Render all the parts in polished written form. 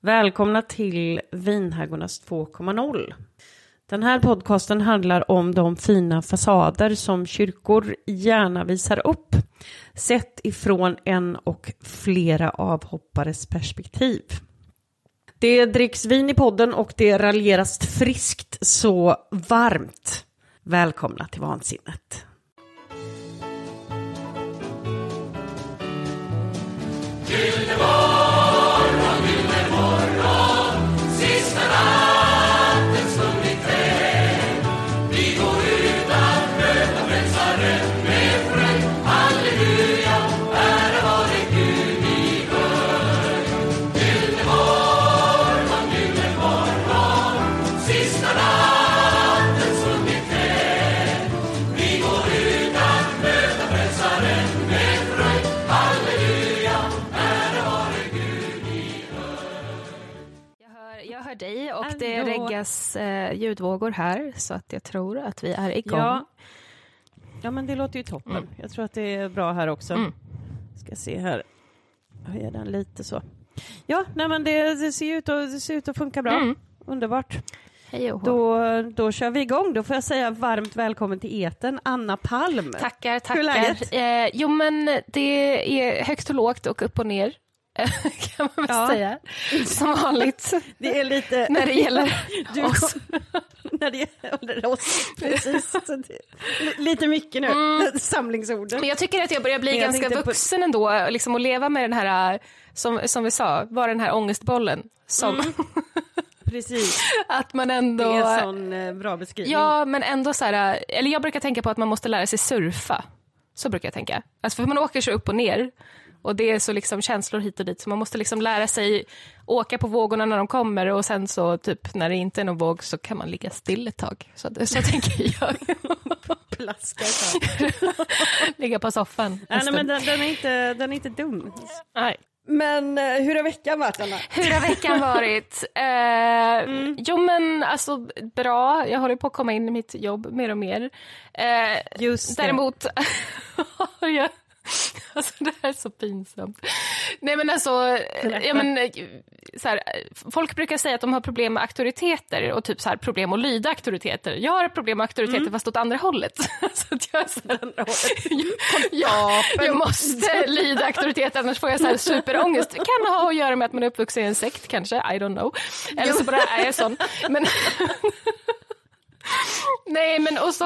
Välkomna till Vinhägornas 2.0. Den här podcasten handlar om de fina fasader som kyrkor gärna visar upp, sett ifrån en och flera avhoppares perspektiv. Det dricks vin i podden och det raljeras friskt, så varmt välkomna till vansinnet. Sista natten stund ikväll. Vi går ut att möta frälsaren med fröjd. Halleluja, ära vare Gud vi hör. Gyllene morgon, sista natten stund ikväll. Vi går ut att möta frälsaren med fröjd. Halleluja, ära vare Gud vi hör. Jag hör dig och det reggas ljudvågor här, så att jag tror att vi är igång. Ja, men det låter ju toppen. Jag tror att det är bra här också. Ska se här. Höjer den lite så. Ja, nej, men det ser ut att funka bra. Underbart. Hej och då kör vi igång. Då får jag säga varmt välkommen till etern, Anna Palm. Tackar. Hur är läget? Jo, men det är högt och lågt och upp och ner. Kan man väl säga. Som vanligt. Det är lite när det gäller oss. När det gäller oss. Precis. Så lite mycket nu. Samlingsorden. Men jag tycker att jag börjar bli ganska vuxen ändå. Liksom, att leva med den här, som vi sa, var den här ångestbollen. Som Precis. Att man ändå... Det är en sån bra beskrivning. Ja, men ändå så här... Eller jag brukar tänka på att man måste lära sig surfa. Så brukar jag tänka. Alltså för man åker så upp och ner. Och det är så liksom känslor hit och dit. Så man måste liksom lära sig åka på vågorna när de kommer. Och sen så typ när det inte är någon våg så kan man ligga still ett tag. Så tänker jag. Plaska. Ligga på soffan. Nej, men den är inte dum. Nej. Men hur har veckan varit, Anna? Hur har veckan varit? Jo, men alltså bra. Jag håller på att komma in i mitt jobb mer och mer. Just det. Däremot har jag... Alltså det här är så pinsamt. Nej, men alltså så här, folk brukar säga att de har problem med auktoriteter och typ så här problem att lyda auktoriteter. Jag har problem med auktoriteter fast åt andra hållet. Så att jag, så här, jag måste lyda auktoriteter, annars får jag så här superångest. Det kan ha att göra med att man är uppvuxen i en sekt kanske, I don't know. Eller så bara är jag sån. Men nej, men och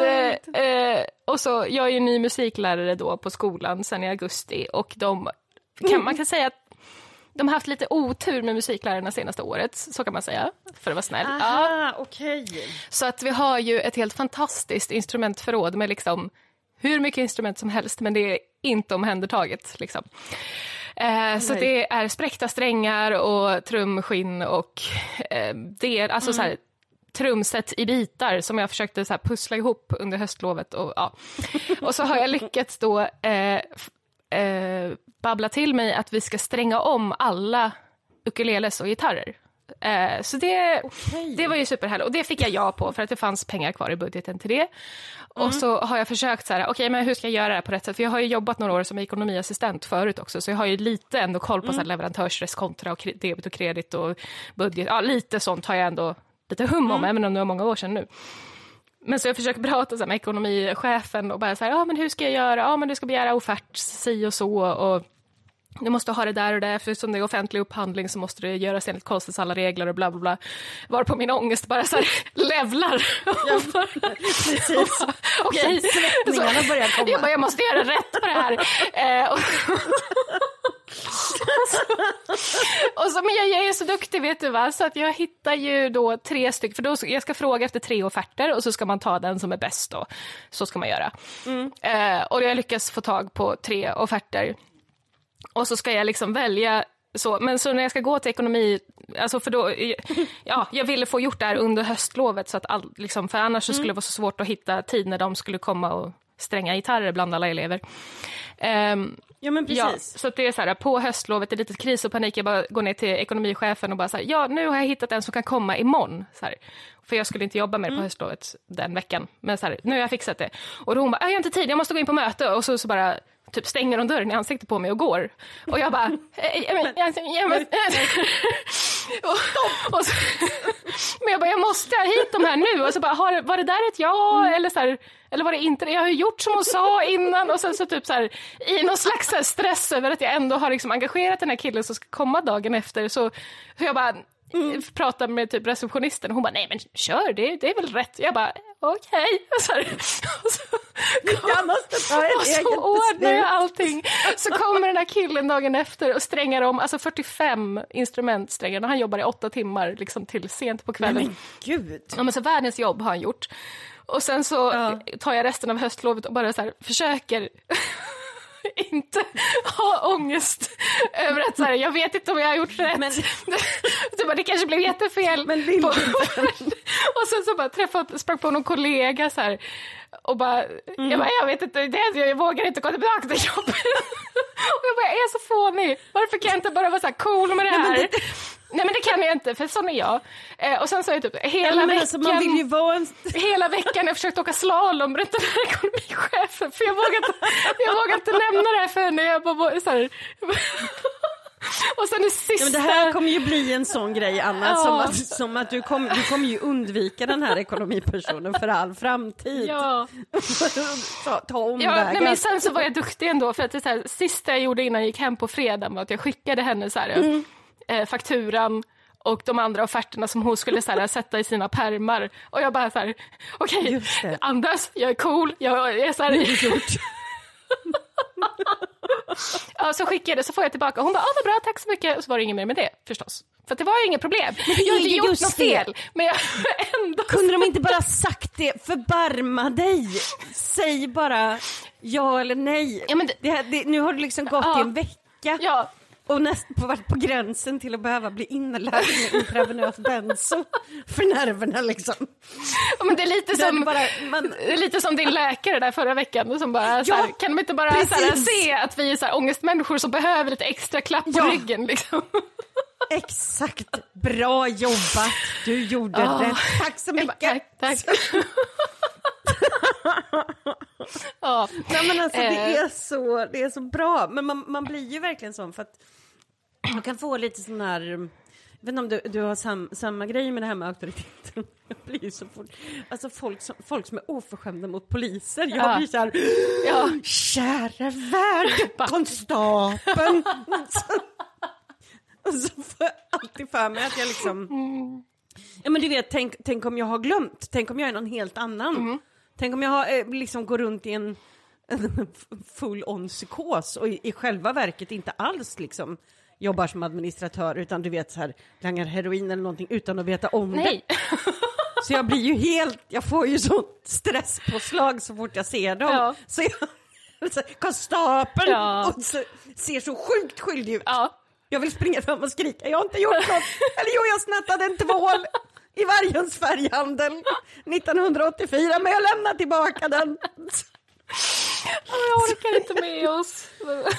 så jag är ju ny musiklärare då på skolan sen i augusti, och man kan säga att de har haft lite otur med musiklärarna senaste året, så kan man säga, för att vara snäll. Okej. Så att vi har ju ett helt fantastiskt instrumentförråd med liksom hur mycket instrument som helst, men det är inte omhändertaget liksom. Så det är spräckta strängar och trumskinn och det är alltså så här trumset i bitar som jag försökte så här pussla ihop under höstlovet. Och så har jag lyckats då babbla till mig att vi ska stränga om alla ukuleles och gitarrer. Så det var ju superhärligt. Och det fick jag på för att det fanns pengar kvar i budgeten till det. Och så har jag försökt så här, men hur ska jag göra det här på rätt sätt? För jag har ju jobbat några år som ekonomiassistent förut också. Så jag har ju lite ändå koll på så här leverantörsreskontra och debit och kredit och budget. Ja, lite sånt har jag ändå lite hum om, även om det var många år sedan nu. Men så jag försöker prata så här med ekonomichefen och bara så här, men hur ska jag göra? Ja, men du ska begära offert, si och så, och du måste ha det där och där, för som det är offentlig upphandling så måste det göras enligt konstens alla regler och bla bla bla. Var på min ångest bara så här levlar. Ja, precis. Okej. Svettningarna börjar komma. Jag måste göra rätt på det här. Men jag är så duktig, vet du va, så att jag hittar ju då 3 stycken, för då jag ska fråga efter 3 offerter och så ska man ta den som är bäst då. Så ska man göra. Och jag lyckas få tag på 3 offerter. Och så ska jag liksom välja så, men så när jag ska gå till ekonomi, alltså för då, jag ville få gjort det här under höstlovet så att liksom, för annars så skulle det vara så svårt att hitta tid när de skulle komma och stränga gitarrer bland alla elever. Ja, men precis. Ja, så att det är så här, på höstlovet är det lite kris och panik. Jag bara går ner till ekonomichefen och bara så här, ja, nu har jag hittat en som kan komma imorgon. Så här, för jag skulle inte jobba med det på höstlovet den veckan. Men så här, nu har jag fixat det. Och då hon bara, jag har inte tid, jag måste gå in på möte. Och så bara typ stänger hon dörren i ansiktet på mig och går. Och jag bara, och så, men jag bara, jag måste hit de här nu. Och så bara, var det där ett ja? Eller, så här, eller var det inte det? Jag har ju gjort som hon sa innan. Och sen så typ så här, i någon slags så här stress över att jag ändå har liksom engagerat den här killen som ska komma dagen efter. Så jag bara pratar med typ receptionisten. Hon bara, nej men kör, det är väl rätt. Jag bara, okej. Och så ordnar jag allting. Så kommer den här killen dagen efter och strängar om 45 instrumentsträngar. Han jobbar i 8 timmar liksom till sent på kvällen. Men gud. Ja, men så världens jobb har han gjort. Och sen så tar jag resten av höstlovet och bara så här, försöker inte ha ångest över att så här, jag vet inte om jag har gjort rätt. Men det kanske blev jättefel. Men och sen så bara sprang på någon kollega så här, och bara, jag vet inte, jag vågar inte gå tillbaka till jobbet. Och jag bara, jag är så fånig. Varför kan jag inte bara vara så här cool med det här? Nej men det kan jag inte, för sån är jag. Och sen så är det typ hela veckan, alltså, man vill ju vara hela veckan jag försökt åka slalom runt den här ekonomichefen. För jag vågar inte nämna det här för henne. Jag bara så här. Och sen det sista... men det här kommer ju bli en sån grej, Anna, som att du kommer ju undvika den här ekonomipersonen för all framtid. Ja. Ta omvägar. Nej, men sen så var jag duktig ändå, för att det så här, sista jag gjorde innan jag gick hem på fredag var att jag skickade henne så här, fakturan och de andra offerterna som hon skulle så här, sätta i sina pärmar. Och jag bara så här, okej, Anders, jag är cool, jag är så här... Ja, så skickade jag det, så får jag tillbaka. Hon bara, vad bra, tack så mycket. Och så var det inget mer med det, förstås. För att det var ju inget problem. Men jag har inte gjort något fel. Men jag ändå... Kunde de inte bara sagt det? Förbarma dig. Säg bara ja eller nej. Ja, men nu har det liksom gått i en vecka. Ja. Och varit på gränsen till att behöva bli inlagd med intravenös benzo för nerverna liksom. Ja, men det är lite som det är lite som din läkare där förra veckan som bara så här, kan de inte bara så här, se att vi är så här ångestmänniskor som behöver lite extra klapp på ryggen liksom. Exakt, bra jobbat. Du gjorde rätt. Tack så mycket. Bara, tack. Ja, nej, men alltså, det är så bra. Men man blir ju verkligen sån, för att man kan få lite sån här, jag vet inte om du har samma grej med det här med auktoriteten. Jag blir ju så fort, alltså folk som är oförskämda mot poliser. Jag blir så här, kära värld, konstapeln. Och så får jag alltid för mig att jag liksom, ja men du vet, tänk om jag har glömt, tänk om jag är någon helt annan. Tänk om jag har, liksom går runt i en full-on psykos och i själva verket inte alls liksom jobbar som administratör, utan du vet så här, langar heroin eller någonting utan att veta om det. Så jag blir ju jag får ju så stresspåslag så fort jag ser dem. Ja. Så jag konstapeln och så ser så sjukt skyldig ut. Ja. Jag vill springa fram och skrika, jag har inte gjort något. Eller jo, jag snattade en tvål i Vargöns färghandel 1984, men jag lämnar tillbaka den. Jag orkar inte med oss.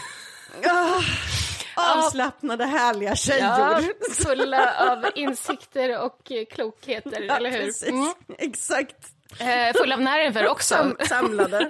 Avslappnade, härliga tjejer. Ja, fulla av insikter och klokheter, eller hur? Precis. Exakt. Full av nerver också. Samlade.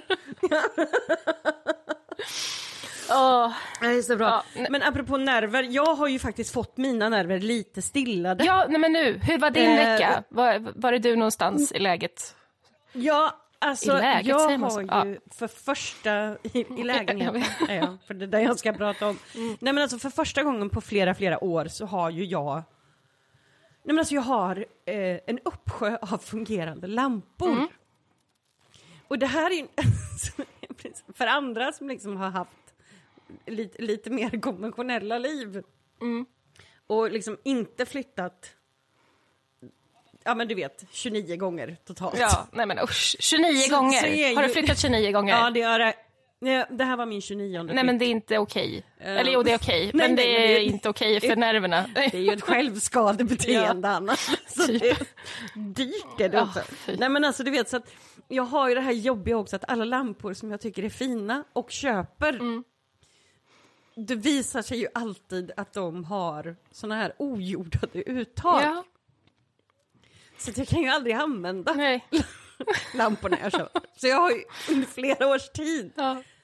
Det är så bra. Men apropå nerver, jag har ju faktiskt fått mina nerver lite stillade. Ja, nej, men nu, hur var din vecka? Var är du någonstans i läget? Ja, alltså läget, jag har ju för första i lägenheten, för det är där jag ska prata om. Nej men alltså för första gången på flera år så har ju jag jag har en uppsjö av fungerande lampor. Och det här är för andra som liksom har haft lite mer konventionella liv och liksom inte flyttat, ja men du vet, 29 gånger totalt. Ja, nej men usch, 29 gånger. Har du flyttat 29 gånger? Ja, det här var min 29. Nej men det är inte okej. Eller jo, det är okej, men det är inte okej för nerverna. Det är ju ett självskadebeteende annars. Så det är dyrt är det också. Nej men alltså du vet, så att jag har ju det här jobbiga också, att alla lampor som jag tycker är fina och köper, det visar sig ju alltid att de har såna här ojordade uttag. Ja. Så att jag kan ju aldrig använda lamporna jag köper. Så jag har ju under flera års tid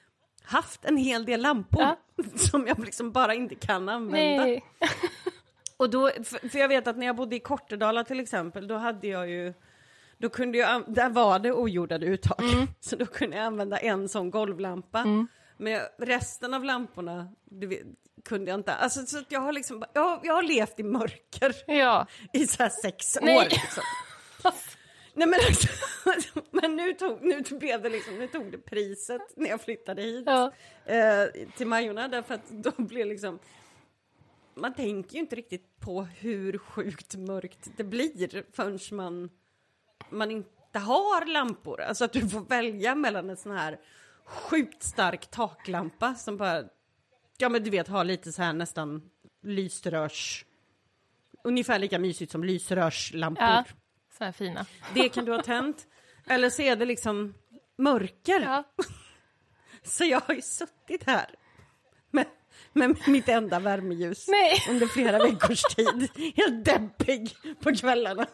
haft en hel del lampor som jag liksom bara inte kan använda. Nej. Och då, för jag vet att när jag bodde i Kortedala till exempel, då hade jag ju, då kunde jag, där var det ojordade uttag. Så då kunde jag använda en sån golvlampa. Men resten av lamporna, kunde jag inte. Alltså, så jag har liksom, jag har levt i mörker i så här 6 år liksom. Nej men alltså, men nu blev det liksom, nu tog det priset när jag flyttade hit till Majorna, därför att då blev liksom, man tänker ju inte riktigt på hur sjukt mörkt det blir förrän man inte har lampor. Alltså att du får välja mellan en sån här sjukt stark taklampa som bara, ja men du vet, har lite så här nästan lysrörs, ungefär lika mysigt som lysrörslampor. Ja, så här fina. Det kan du ha tänt. Eller så är det liksom mörker. Ja. Så jag har ju suttit här med mitt enda värmeljus under flera veckors tid. Helt deppig på kvällarna.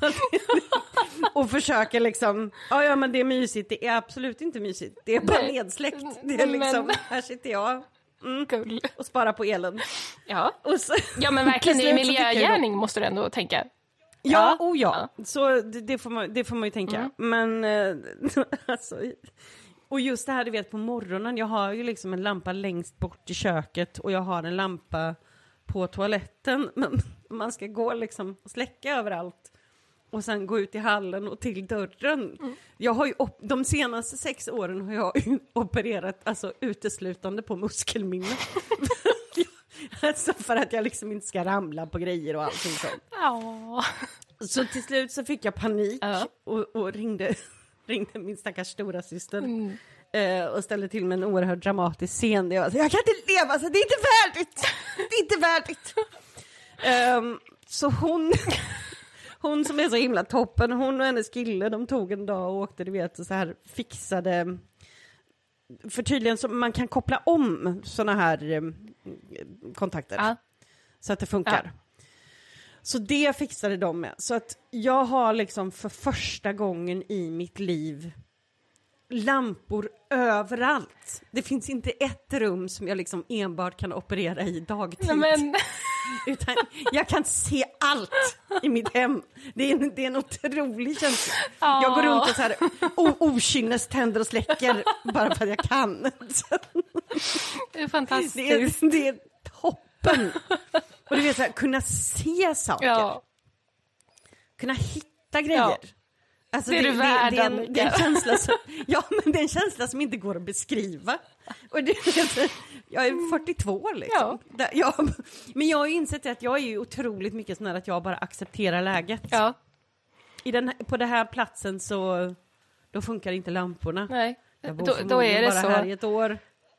Och försöker liksom, ja men det är mysigt. Det är absolut inte mysigt. Det är bara nedsläckt. Det är liksom, här sitter jag. Och spara på elen. Ja, och så, ja men verkligen, i miljögärning måste du ändå tänka. Ja. Så det får man ju tänka. Men alltså, och just det här, du vet, på morgonen, jag har ju liksom en lampa längst bort i köket och jag har en lampa på toaletten, men man ska gå liksom och släcka överallt och sen gå ut i hallen och till dörren. Jag har ju de senaste 6 åren har jag opererat alltså uteslutande på muskelminne. Alltså för att jag liksom inte ska ramla på grejer och allting sånt. Så till slut så fick jag panik och ringde min stackars stora syster och ställde till med en oerhört dramatisk scen där jag kan inte leva, så det är inte värdigt. Så hon som är så himla toppen, hon och hennes kille, de tog en dag och åkte, du vet, och så här fixade, för tydligen så man kan koppla om såna här kontakter så att det funkar. Så det fixade de med. Så att jag har liksom för första gången i mitt liv lampor överallt. Det finns inte ett rum som jag liksom enbart kan operera i dagtid. Men... Utan jag kan se allt i mitt hem. Det är en otrolig känsla. Jag går runt och så här okynneständer och släcker bara för att jag kan. Det är fantastiskt. Det är toppen. Och du vet, så här, kunna se saker. Kunna hitta grejer. Alltså det är en känsla som, men det är en känsla som inte går att beskriva. Och jag är 42 liksom. Men jag har ju insett att jag är ju otroligt mycket sån här att jag bara accepterar läget. På den här platsen så då funkar inte lamporna. Nej. Jag bor då är det bara så här i ett år.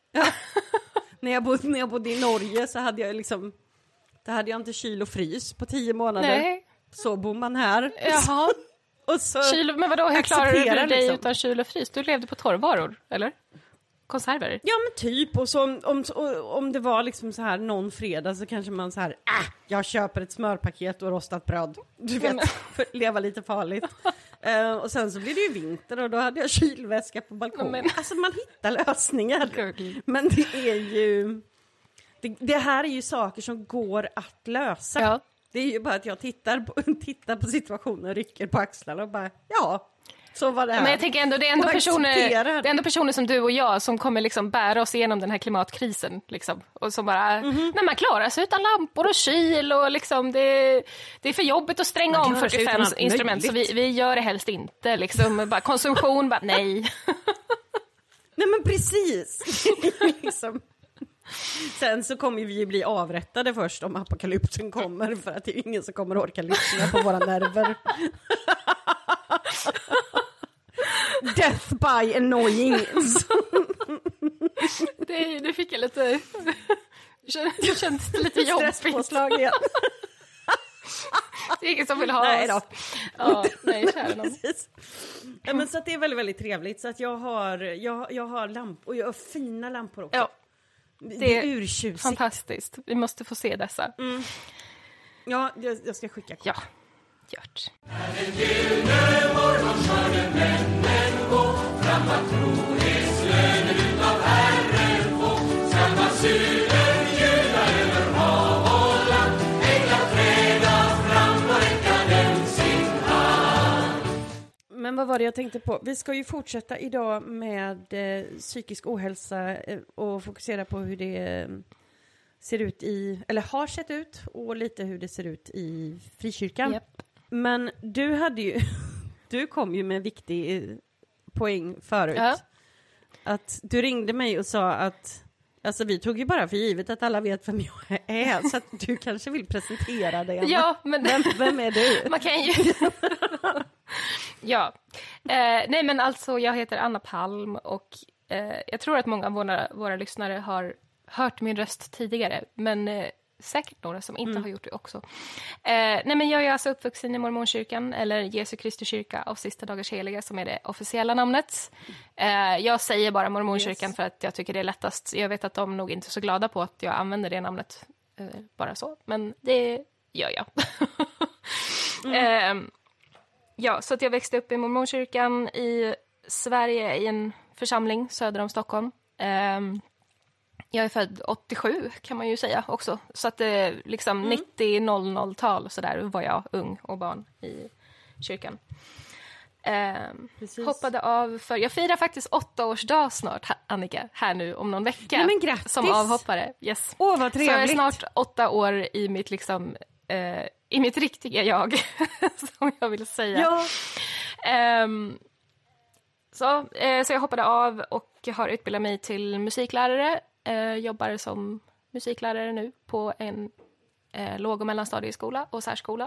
När jag bodde i Norge så hade jag liksom, då hade jag inte kyl och frys på 10 månader. Nej. Så bor man här. Jaha. Och så men vadå, hur klarar du dig liksom utan kyl och frys? Du levde på torrvaror, eller? Konserver? Ja, men typ. Och så om det var liksom så här någon fredag så kanske man så här, jag köper ett smörpaket och rostat bröd. Du vet, för att leva lite farligt. Och sen så blir det ju vinter och då hade jag kylväska på balkongen. Alltså man hittar lösningar. Men det är ju, det här är ju saker som går att lösa. Ja. Det är ju bara att jag tittar på situationen, rycker på axlarna och bara, så var det här. Men jag tänker ändå, det är ändå personer som du och jag som kommer liksom bära oss igenom den här klimatkrisen. Liksom. Och som bara, när man klarar sig utan lampor och kyl och liksom, det är för jobbigt att stränga om 45 instrument. Så vi gör det helst inte. Liksom, bara konsumtion, bara nej. Nej men precis. liksom. Sen så kommer vi ju bli avrättade först om apokalypsen kommer, för att det är ingen som kommer orka lyssna på våra nerver. Death by annoying. Det fick jag lite... Det känns lite jobbigt. Stresspåslag igen. Det är ingen som vill ha nej oss. Ja, nej, kära någon. Ja, men så att det är väldigt, väldigt trevligt. Så att jag har lampor, och jag har fina lampor också. Ja. Det är urtjusigt. Fantastiskt. Vi måste få se dessa. Ja, jag ska skicka kort. Ja, gjort. En gyllene morgon körde männen gå, framåt trohetslönen utav Herren få. Skall man synen ljuda över hav och land, ägla Men vad var det jag tänkte på? Vi ska ju fortsätta idag med psykisk ohälsa och fokusera på hur det ser ut eller har sett ut och lite hur det ser ut i frikyrkan. Yep. Men du kom ju med en viktig poäng förut. Ja. Att du ringde mig och sa att alltså vi tog ju bara för givet att alla vet vem jag är, så att du kanske vill presentera dig. Ja, men vem är du? man kan ju... Ja. Nej, men alltså jag heter Anna Palm och jag tror att många av våra lyssnare har hört min röst tidigare, men säkert några som inte har gjort det också. Nej, men jag är alltså uppvuxen i Mormonkyrkan, eller Jesu Kristi kyrka av Sista dagars heliga, som är det officiella namnet. Jag säger bara Mormonkyrkan för att jag tycker det är lättast. Jag vet att de nog inte är så glada på att jag använder det namnet bara så, men det gör jag. Ja, så att jag växte upp i Mormonkyrkan i Sverige i en församling söder om Stockholm. Jag är född 87 kan man ju säga också. Så att det liksom 90-00-tal så där var jag ung och barn i kyrkan. Hoppade av jag firar faktiskt 8-årsdag snart, Annika, här nu om någon vecka. Nej, men grattis! Som avhoppare. Yes. Åh, vad trevligt! Så jag är snart 8 år i mitt liksom... i mitt riktiga jag, som jag vill säga. Ja. Så jag hoppade av och har utbildat mig till musiklärare. Jobbar som musiklärare nu på en låg- och mellanstadieskola och särskola.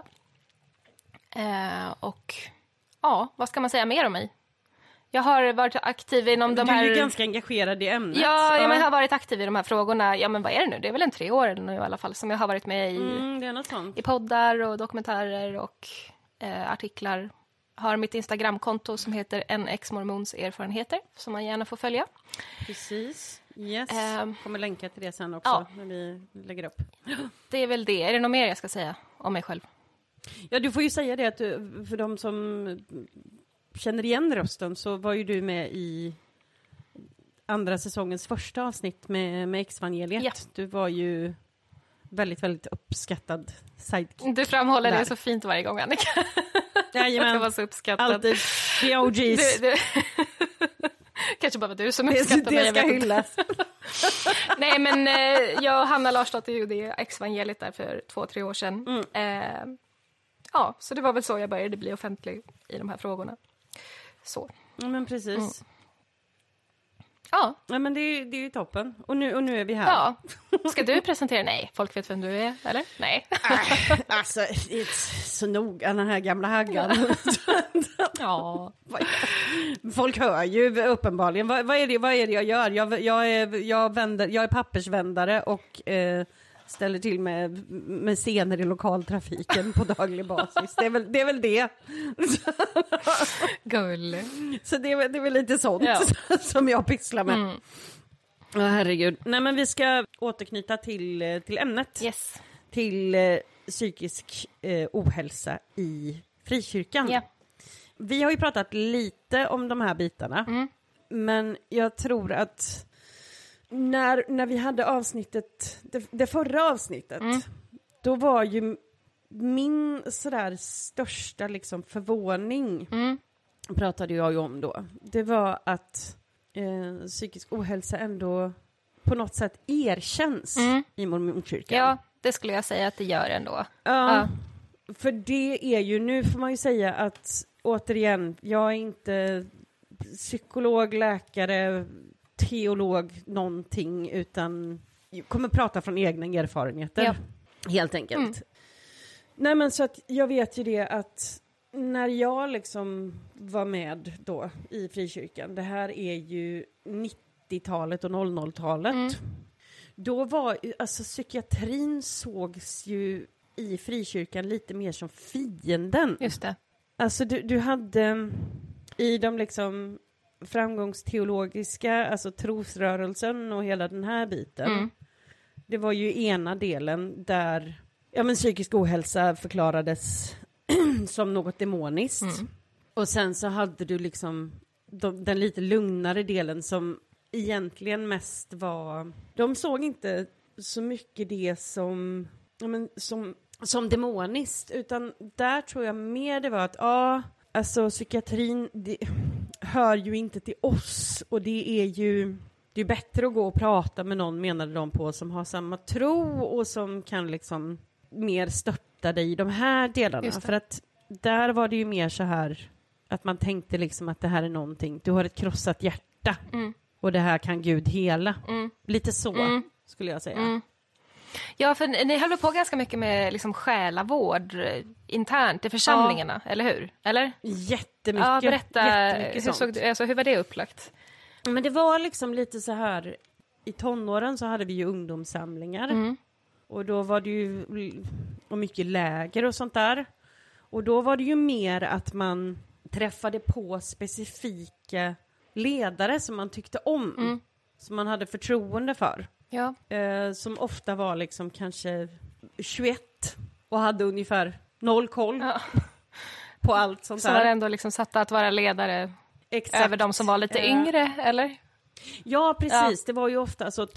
Och ja, vad ska man säga mer om mig? Jag har varit aktiv inom de här... Du är ju ganska engagerad i ämnet. Ja, men jag har varit aktiv i de här frågorna. Ja, men vad är det nu? Det är väl 3 år nu i alla fall som jag har varit med i, det är något sånt. i poddar och dokumentärer och artiklar. Har mitt Instagramkonto som heter NX Mormons erfarenheter som man gärna får följa. Precis. Yes. Kommer länka till det sen också när vi lägger upp. Det är väl det. Är det något mer jag ska säga om mig själv? Ja, du får ju säga det att för de som känner igen rösten så var ju du med i andra säsongens första avsnitt med Exvangeliet. Ja. Du var ju väldigt, väldigt uppskattad sidekick. Du framhåller där. det så fint varje gång, Annika. Jajamän. Att jag var så uppskattad. Alltid the OGs. Kanske bara var du som uppskattade mig. Det ska hyllas. Nej, men jag och Hanna Larsdotter gjorde Exvangeliet där för 2-3 år sedan. Ja, så det var väl så jag började bli offentlig i de här frågorna. Så. Ja, men precis. Ja. Ja, men det är ju toppen. Och nu är vi här. Ja. Ska du presentera? Nej, folk vet vem du är, eller? Nej. Alltså, det är så noga den här gamla haggan. Ja. Folk hör ju uppenbarligen. Vad är det jag gör? Jag är pappersvändare och ställer till med scener i lokaltrafiken på daglig basis. Det är väl det. Gull. Så det är väl lite sånt som jag pysslar med. Herregud. Nej, men vi ska återknyta till ämnet. Yes. Till psykisk ohälsa i frikyrkan. Yeah. Vi har ju pratat lite om de här bitarna. Men jag tror att när vi hade avsnittet, det förra avsnittet, då var ju min sådär största liksom förvåning, pratade jag ju om då. Det var att psykisk ohälsa ändå på något sätt erkänns i Mormonkyrkan. Ja, det skulle jag säga att det gör ändå. Ja, för det är ju, nu får man ju säga att återigen, jag är inte psykolog, läkare, teolog, någonting, utan jag kommer prata från egna erfarenheter, helt enkelt. Nej, men så att jag vet ju det att när jag liksom var med då i frikyrkan, det här är ju 90-talet och 00-talet, då var alltså psykiatrin sågs ju i frikyrkan lite mer som fienden. Just det. Alltså du hade i de liksom framgångsteologiska, alltså trosrörelsen och hela den här biten. Det var ju ena delen där psykisk ohälsa förklarades som något demoniskt. Och sen så hade du liksom den lite lugnare delen som egentligen mest var, de såg inte så mycket det som demoniskt, utan där tror jag mer det var att alltså psykiatrin det hör ju inte till oss, och det är bättre att gå och prata med någon, menade de på, som har samma tro och som kan liksom mer stötta dig i de här delarna. För att där var det ju mer så här att man tänkte liksom att det här är någonting, du har ett krossat hjärta och det här kan Gud hela. Lite så skulle jag säga. Ja, för ni höll på ganska mycket med liksom själavård internt i församlingarna, eller hur? Eller? Jättemycket. Ja, berätta, hur hur var det upplagt? Men det var liksom lite så här, i tonåren så hade vi ju ungdomssamlingar. Och då var det ju och mycket läger och sånt där. Och då var det ju mer att man träffade på specifika ledare som man tyckte om. Som man hade förtroende för. Ja. Som ofta var liksom kanske 21 och hade ungefär 0 koll på allt sånt där. Så var det ändå liksom satt att vara ledare över de som var lite yngre, eller? Ja, precis. Det var ju ofta så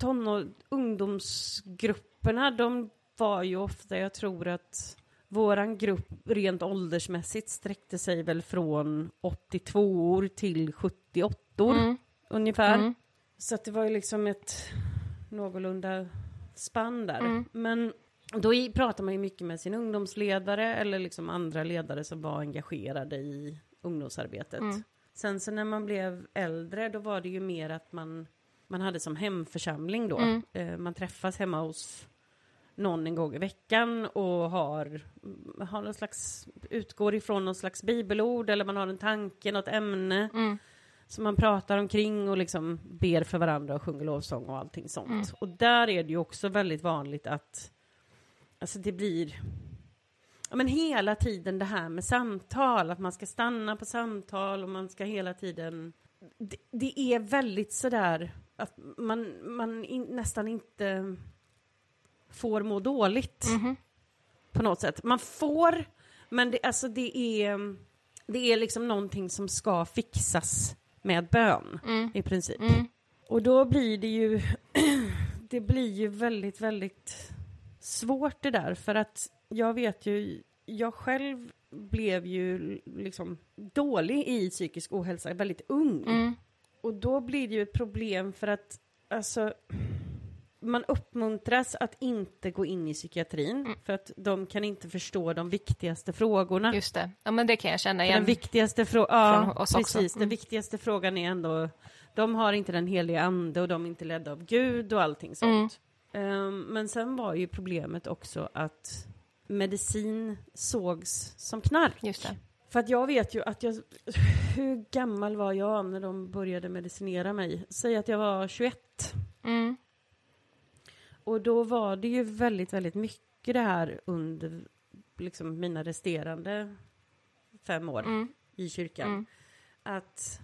ungdomsgrupperna, de var ju ofta, jag tror att våran grupp rent åldersmässigt sträckte sig väl från 82 år till 78 år ungefär. Så att det var ju liksom ett någorlunda spann där. Men då pratar man ju mycket med sin ungdomsledare eller liksom andra ledare som var engagerade i ungdomsarbetet. Sen så när man blev äldre, då var det ju mer att man hade som hemförsamling då. Man träffas hemma hos någon en gång i veckan och har någon slags, utgår ifrån någon slags bibelord, eller man har en tanke, något ämne som man pratar omkring och liksom ber för varandra och sjunger lovsång och allting sånt. Och där är det ju också väldigt vanligt att alltså det blir men hela tiden det här med samtal, att man ska stanna på samtal och man ska hela tiden det är väldigt sådär att man nästan inte får må dåligt på något sätt. Man får, men det är liksom någonting som ska fixas med bön i princip. Och då blir det ju det blir ju väldigt, väldigt svårt det där, för att jag vet ju, jag själv blev ju liksom dålig i psykisk ohälsa väldigt ung. Och då blir det ju ett problem, för att alltså man uppmuntras att inte gå in i psykiatrin för att de kan inte förstå de viktigaste frågorna. Just det. Ja, men det kan jag känna igen. Den viktigaste frågan, oss precis. också. Den viktigaste frågan är ändå, de har inte den heliga ande och de är inte ledda av Gud och allting sånt. Men sen var ju problemet också att medicin sågs som knark. Just det. För att jag vet ju att hur gammal var jag när de började medicinera mig? Säg att jag var 21. Och då var det ju väldigt, väldigt mycket det här under liksom mina resterande 5 år i kyrkan. Att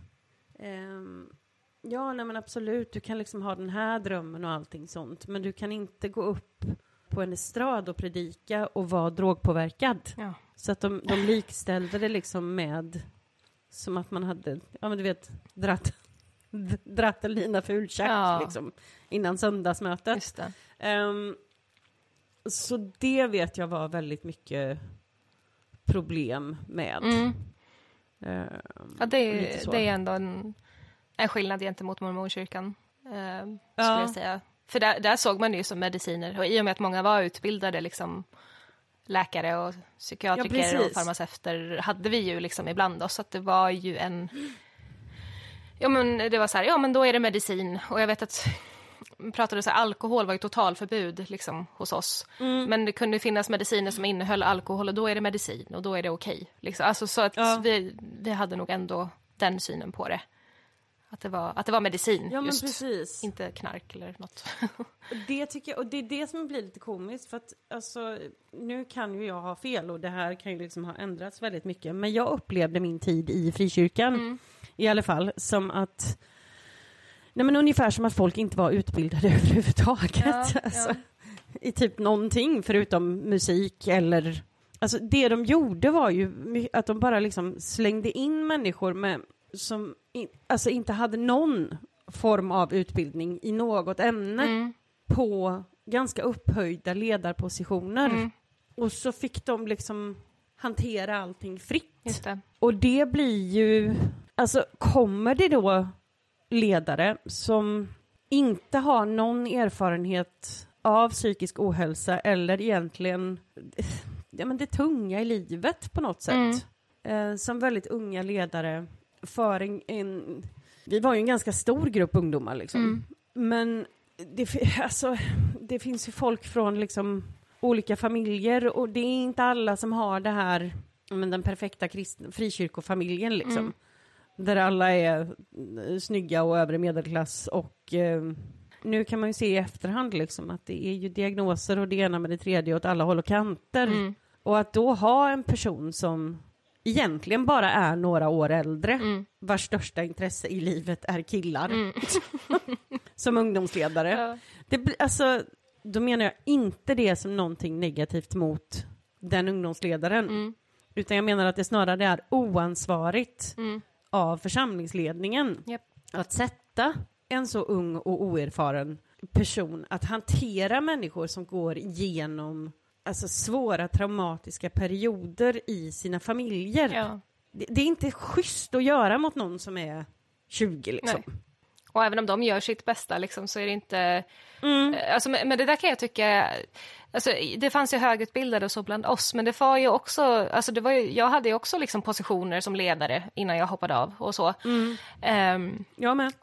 ja, nej men absolut, du kan liksom ha den här drömmen och allting sånt, men du kan inte gå upp på en estrad och predika och vara drogpåverkad. Ja. Så att de likställde det liksom med som att man hade, ja men du vet, dratt en lina fultjack liksom, innan söndagsmötet. Just det. Så det vet jag var väldigt mycket problem med. Ja, det är ändå en skillnad gentemot mormonkyrkan, skulle jag säga. För där såg man det ju som mediciner. Och i och med att många var utbildade liksom, läkare och psykiatriker och farmaceuter, hade vi ju liksom ibland oss. Så att det var ju en... Ja, men det var så här, ja men då är det medicin. Och jag vet att pratade så här, alkohol var ju totalförbud liksom, hos oss. Men det kunde finnas mediciner som innehöll alkohol och då är det medicin och då är det okej. Liksom. Alltså, så att vi hade nog ändå den synen på det. Att det var medicin, ja, just, men precis. Inte knark eller något. Det tycker jag, och det är det som blir lite komiskt, för att alltså, nu kan ju jag ha fel och det här kan ju liksom ha ändrats väldigt mycket, men jag upplevde min tid i frikyrkan i alla fall som att nej, men ungefär som att folk inte var utbildade överhuvudtaget alltså, i typ någonting förutom musik eller alltså det de gjorde var ju att de bara liksom slängde in människor med som alltså inte hade någon form av utbildning i något ämne på ganska upphöjda ledarpositioner. Och så fick de liksom hantera allting fritt. Just det. Och det blir ju, alltså kommer det då ledare som inte har någon erfarenhet av psykisk ohälsa eller egentligen det tunga i livet på något sätt. Som väldigt unga ledare för vi var ju en ganska stor grupp ungdomar liksom. Men det finns ju folk från liksom olika familjer och det är inte alla som har det här, men den perfekta frikyrkofamiljen liksom. Där alla är snygga och övre medelklass och nu kan man ju se i efterhand liksom att det är ju diagnoser och det ena med det tredje åt alla håll och kanter. Och att då ha en person som egentligen bara är några år äldre, vars största intresse i livet är killar, som ungdomsledare. Ja. Då menar jag inte det som någonting negativt mot den ungdomsledaren, utan jag menar att det snarare är oansvarigt av församlingsledningen att sätta en så ung och oerfaren person att hantera människor som går igenom svåra traumatiska perioder i sina familjer. Ja. Det är inte schysst att göra mot någon som är 20 liksom. Nej. Och även om de gör sitt bästa liksom, så är det inte... men det där kan jag tycka... det fanns ju högutbildade och så bland oss, men det var ju också... jag hade ju också liksom positioner som ledare innan jag hoppade av och så. Jag med.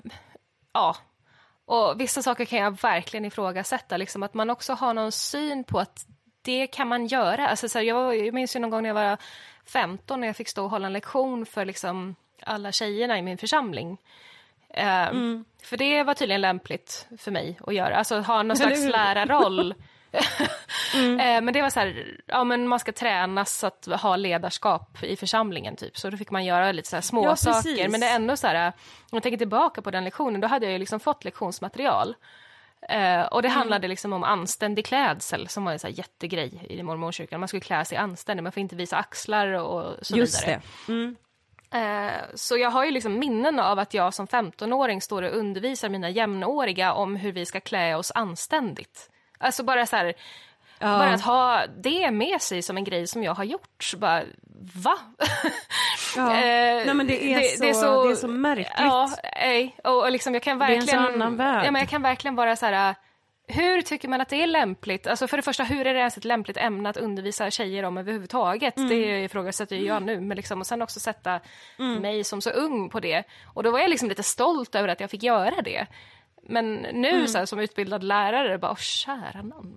Och vissa saker kan jag verkligen ifrågasätta. Liksom, att man också har någon syn på att det kan man göra. Jag minns ju någon gång när jag var 15 när jag fick stå och hålla en lektion för liksom, alla tjejerna i min församling. För det var tydligen lämpligt för mig att göra. Alltså ha någon slags lärarroll. Men det var så här, men man ska tränas att ha ledarskap i församlingen typ. Så då fick man göra lite så här små saker. Men det är ändå så här, om jag tänker tillbaka på den lektionen, då hade jag ju liksom fått lektionsmaterial. Och det handlade liksom om anständig klädsel som var en så här jättegrej i mormonkyrkan. Man skulle klä sig anständigt, man får inte visa axlar och så just vidare. Det. Så jag har ju liksom minnen av att jag som 15-åring står och undervisar mina jämnåriga om hur vi ska klä oss anständigt. Alltså bara så här, bara att ha det med sig som en grej som jag har gjort. Bara, va? Nej, men det är så märkligt. Ja, och liksom jag kan verkligen... Det är en sån annan värld. Ja, men jag kan verkligen vara så här... Hur tycker man att det är lämpligt? Alltså för det första, hur är det ens ett lämpligt ämne att undervisa tjejer om överhuvudtaget? Det ifrågasätter jag nu. Men liksom, och sen också sätta mig som så ung på det. Och då var jag liksom lite stolt över att jag fick göra det. Men nu så här, som utbildad lärare, bara, kära någon.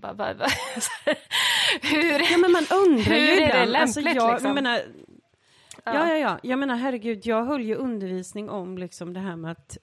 Men man undrar ju hur är det ibland. lämpligt liksom? Jag menar, herregud, jag höll ju undervisning om liksom det här med att...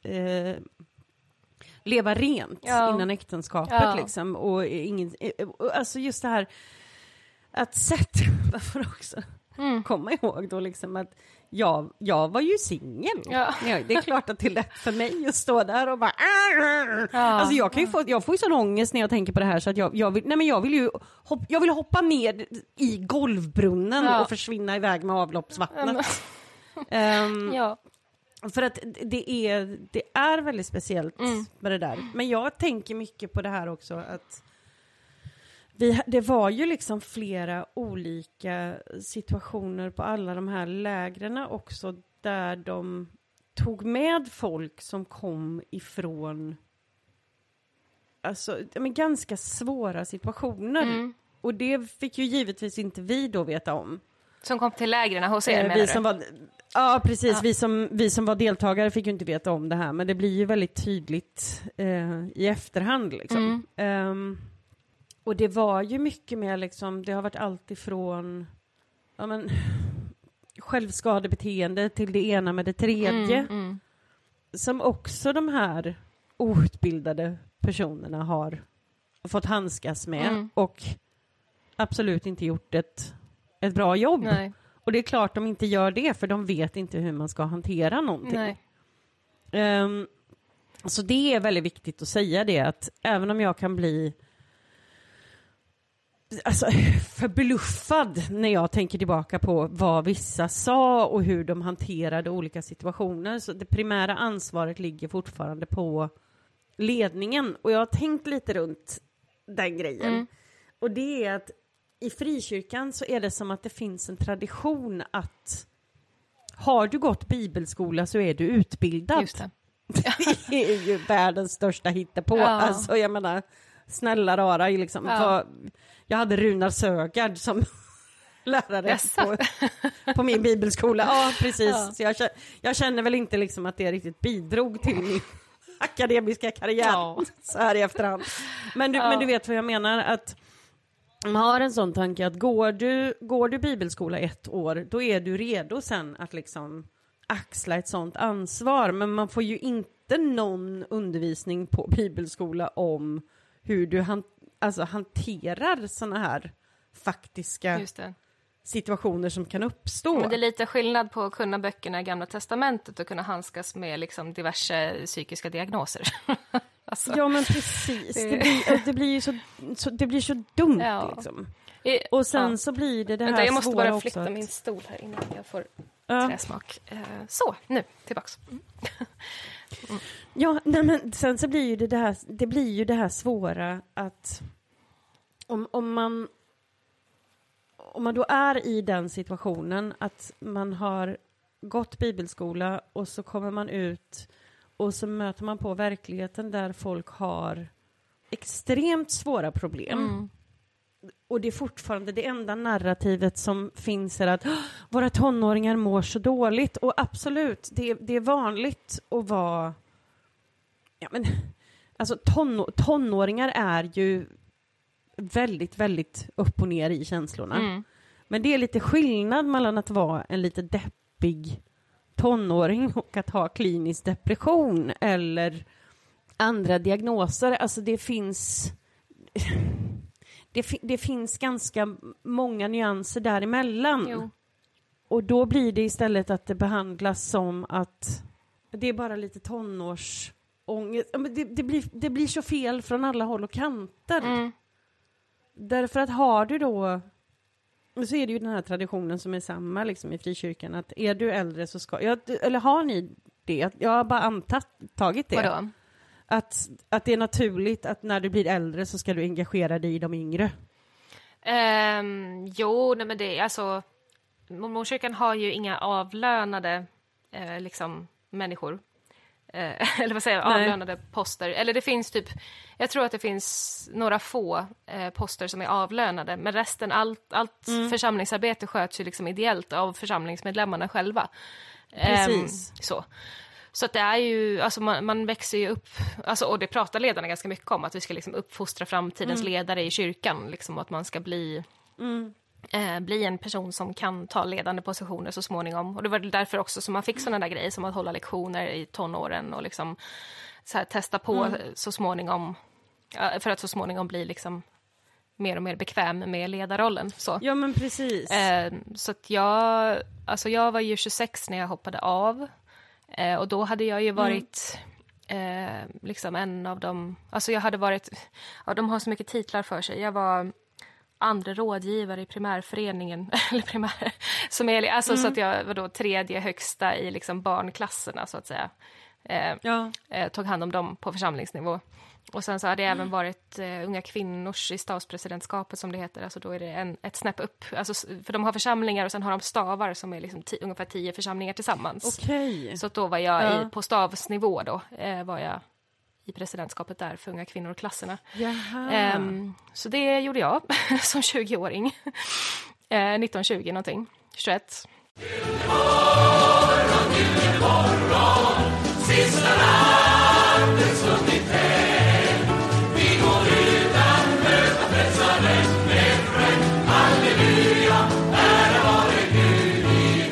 leva rent innan äktenskapet liksom, och alltså just det här att sätta varför också komma ihåg då liksom att jag var ju singel. Det är klart att det är lätt för mig att stå där och bara alltså jag får ju sån ångest när jag tänker på det här så att jag vill hoppa ner i golvbrunnen och försvinna iväg med avloppsvattnet. För att det är väldigt speciellt med det där. Men jag tänker mycket på det här också att det var ju liksom flera olika situationer på alla de här lägren också där de tog med folk som kom ifrån ganska svåra situationer. Och det fick ju givetvis inte vi då veta om. Som kom till lägren hos er, menar du? Ja, precis. Vi som var deltagare fick ju inte veta om det här. Men det blir ju väldigt tydligt i efterhand. Liksom. Och det var ju mycket mer, liksom, det har varit allt ifrån självskadebeteende till det ena med det tredje. Som också de här outbildade personerna har fått handskas med. Och absolut inte gjort ett bra jobb. Nej. Och det är klart de inte gör det, för de vet inte hur man ska hantera någonting. Så det är väldigt viktigt att säga det, att även om jag kan bli förbluffad när jag tänker tillbaka på vad vissa sa och hur de hanterade olika situationer, så det primära ansvaret ligger fortfarande på ledningen. Och jag har tänkt lite runt den grejen. Och det är att i frikyrkan så är det som att det finns en tradition att har du gått bibelskola så är du utbildad. Just det. Det är ju världens största hittepå. Ja. Alltså jag menar, snälla rara liksom. Ja. Jag hade Runar Sögaard som lärare Yes. på min bibelskola. Ja, precis. Ja. Så jag känner väl inte liksom att det riktigt bidrog till min akademiska karriär Ja. så här i efterhand. Men du vet vad jag menar, att man har en sån tanke att går du bibelskola 1 år, då är du redo sen att liksom axla ett sånt ansvar. Men man får ju inte någon undervisning på bibelskola om hur du hanterar såna här faktiska Just det. situationer som kan uppstå. Men det är lite skillnad på att kunna böckerna i Gamla testamentet och kunna handskas med liksom diverse psykiska diagnoser. Alltså, Ja, men precis. Det blir ju så dumt Ja. liksom. Och sen så blir det här Vänta, jag måste svåra bara också flytta att- min stol här innan jag får Ja. träsmak. Så, nu, tillbaks. Ja, nej, men sen så blir ju det blir ju det här svåra att om man då är i den situationen att man har gått bibelskola och så kommer man ut och så möter man på verkligheten där folk har extremt svåra problem. Och det är fortfarande det enda narrativet som finns är att våra tonåringar mår så dåligt. Och absolut, det är vanligt att vara... Ja, men, alltså tonåringar är ju väldigt, väldigt upp och ner i känslorna. Men det är lite skillnad mellan att vara en lite deppig tonåring och att ha klinisk depression eller andra diagnoser. Alltså det finns... Det finns ganska många nyanser däremellan. Jo. Och då blir det istället att det behandlas som att det är bara lite tonårsångest. Ja, men det blir så fel från alla håll och kanter. Därför att har du då... Så är det ju den här traditionen som är samma liksom, i frikyrkan. Att är du äldre så ska... eller har ni det? Jag har bara antagit det. Vadå? Att det är naturligt att när du blir äldre så ska du engagera dig i de yngre. Jo, nej men det är alltså... Mormonkyrkan har ju inga avlönade liksom människor. Eller vad säger jag? Nej. Avlönade poster. Eller det finns typ... Jag tror att det finns några få poster som är avlönade. Men resten, allt församlingsarbete sköts ju liksom ideellt av församlingsmedlemmarna själva. Precis. Så att det är ju, alltså man växer ju upp, alltså, och det pratar ledarna ganska mycket om, att vi ska liksom uppfostra framtidens ledare i kyrkan, liksom, att man ska bli en person som kan ta ledande positioner så småningom. Och det var därför också som man fick sådana där grejer som att hålla lektioner i tonåren och liksom så här, testa på så småningom, för att så småningom bli liksom mer och mer bekväm med ledarrollen. Så. Ja, men precis. Så att jag var ju 26 när jag hoppade av. Och då hade jag ju varit liksom en av dem, alltså jag hade varit, ja, de har så mycket titlar för sig. Jag var andra rådgivare i primärföreningen, eller som är, alltså så att jag var då 3:e högsta i liksom barnklasserna så att säga. Tog hand om dem på församlingsnivå. Och sen så hade jag även varit unga kvinnors i stadspresidentskapet som det heter. Alltså då är det ett snäpp upp. Alltså, för de har församlingar och sen har de stavar som är liksom ungefär 10 församlingar tillsammans. Okej. Så att då var jag på stavsnivå då. Var jag i presidentskapet där för unga kvinnor och klasserna. Så det gjorde jag som 20-åring. 1920 någonting. 21. Sista natten stundit hem. Vi går utan möta frälsaren med frön. Halleluja, ära vare Gud i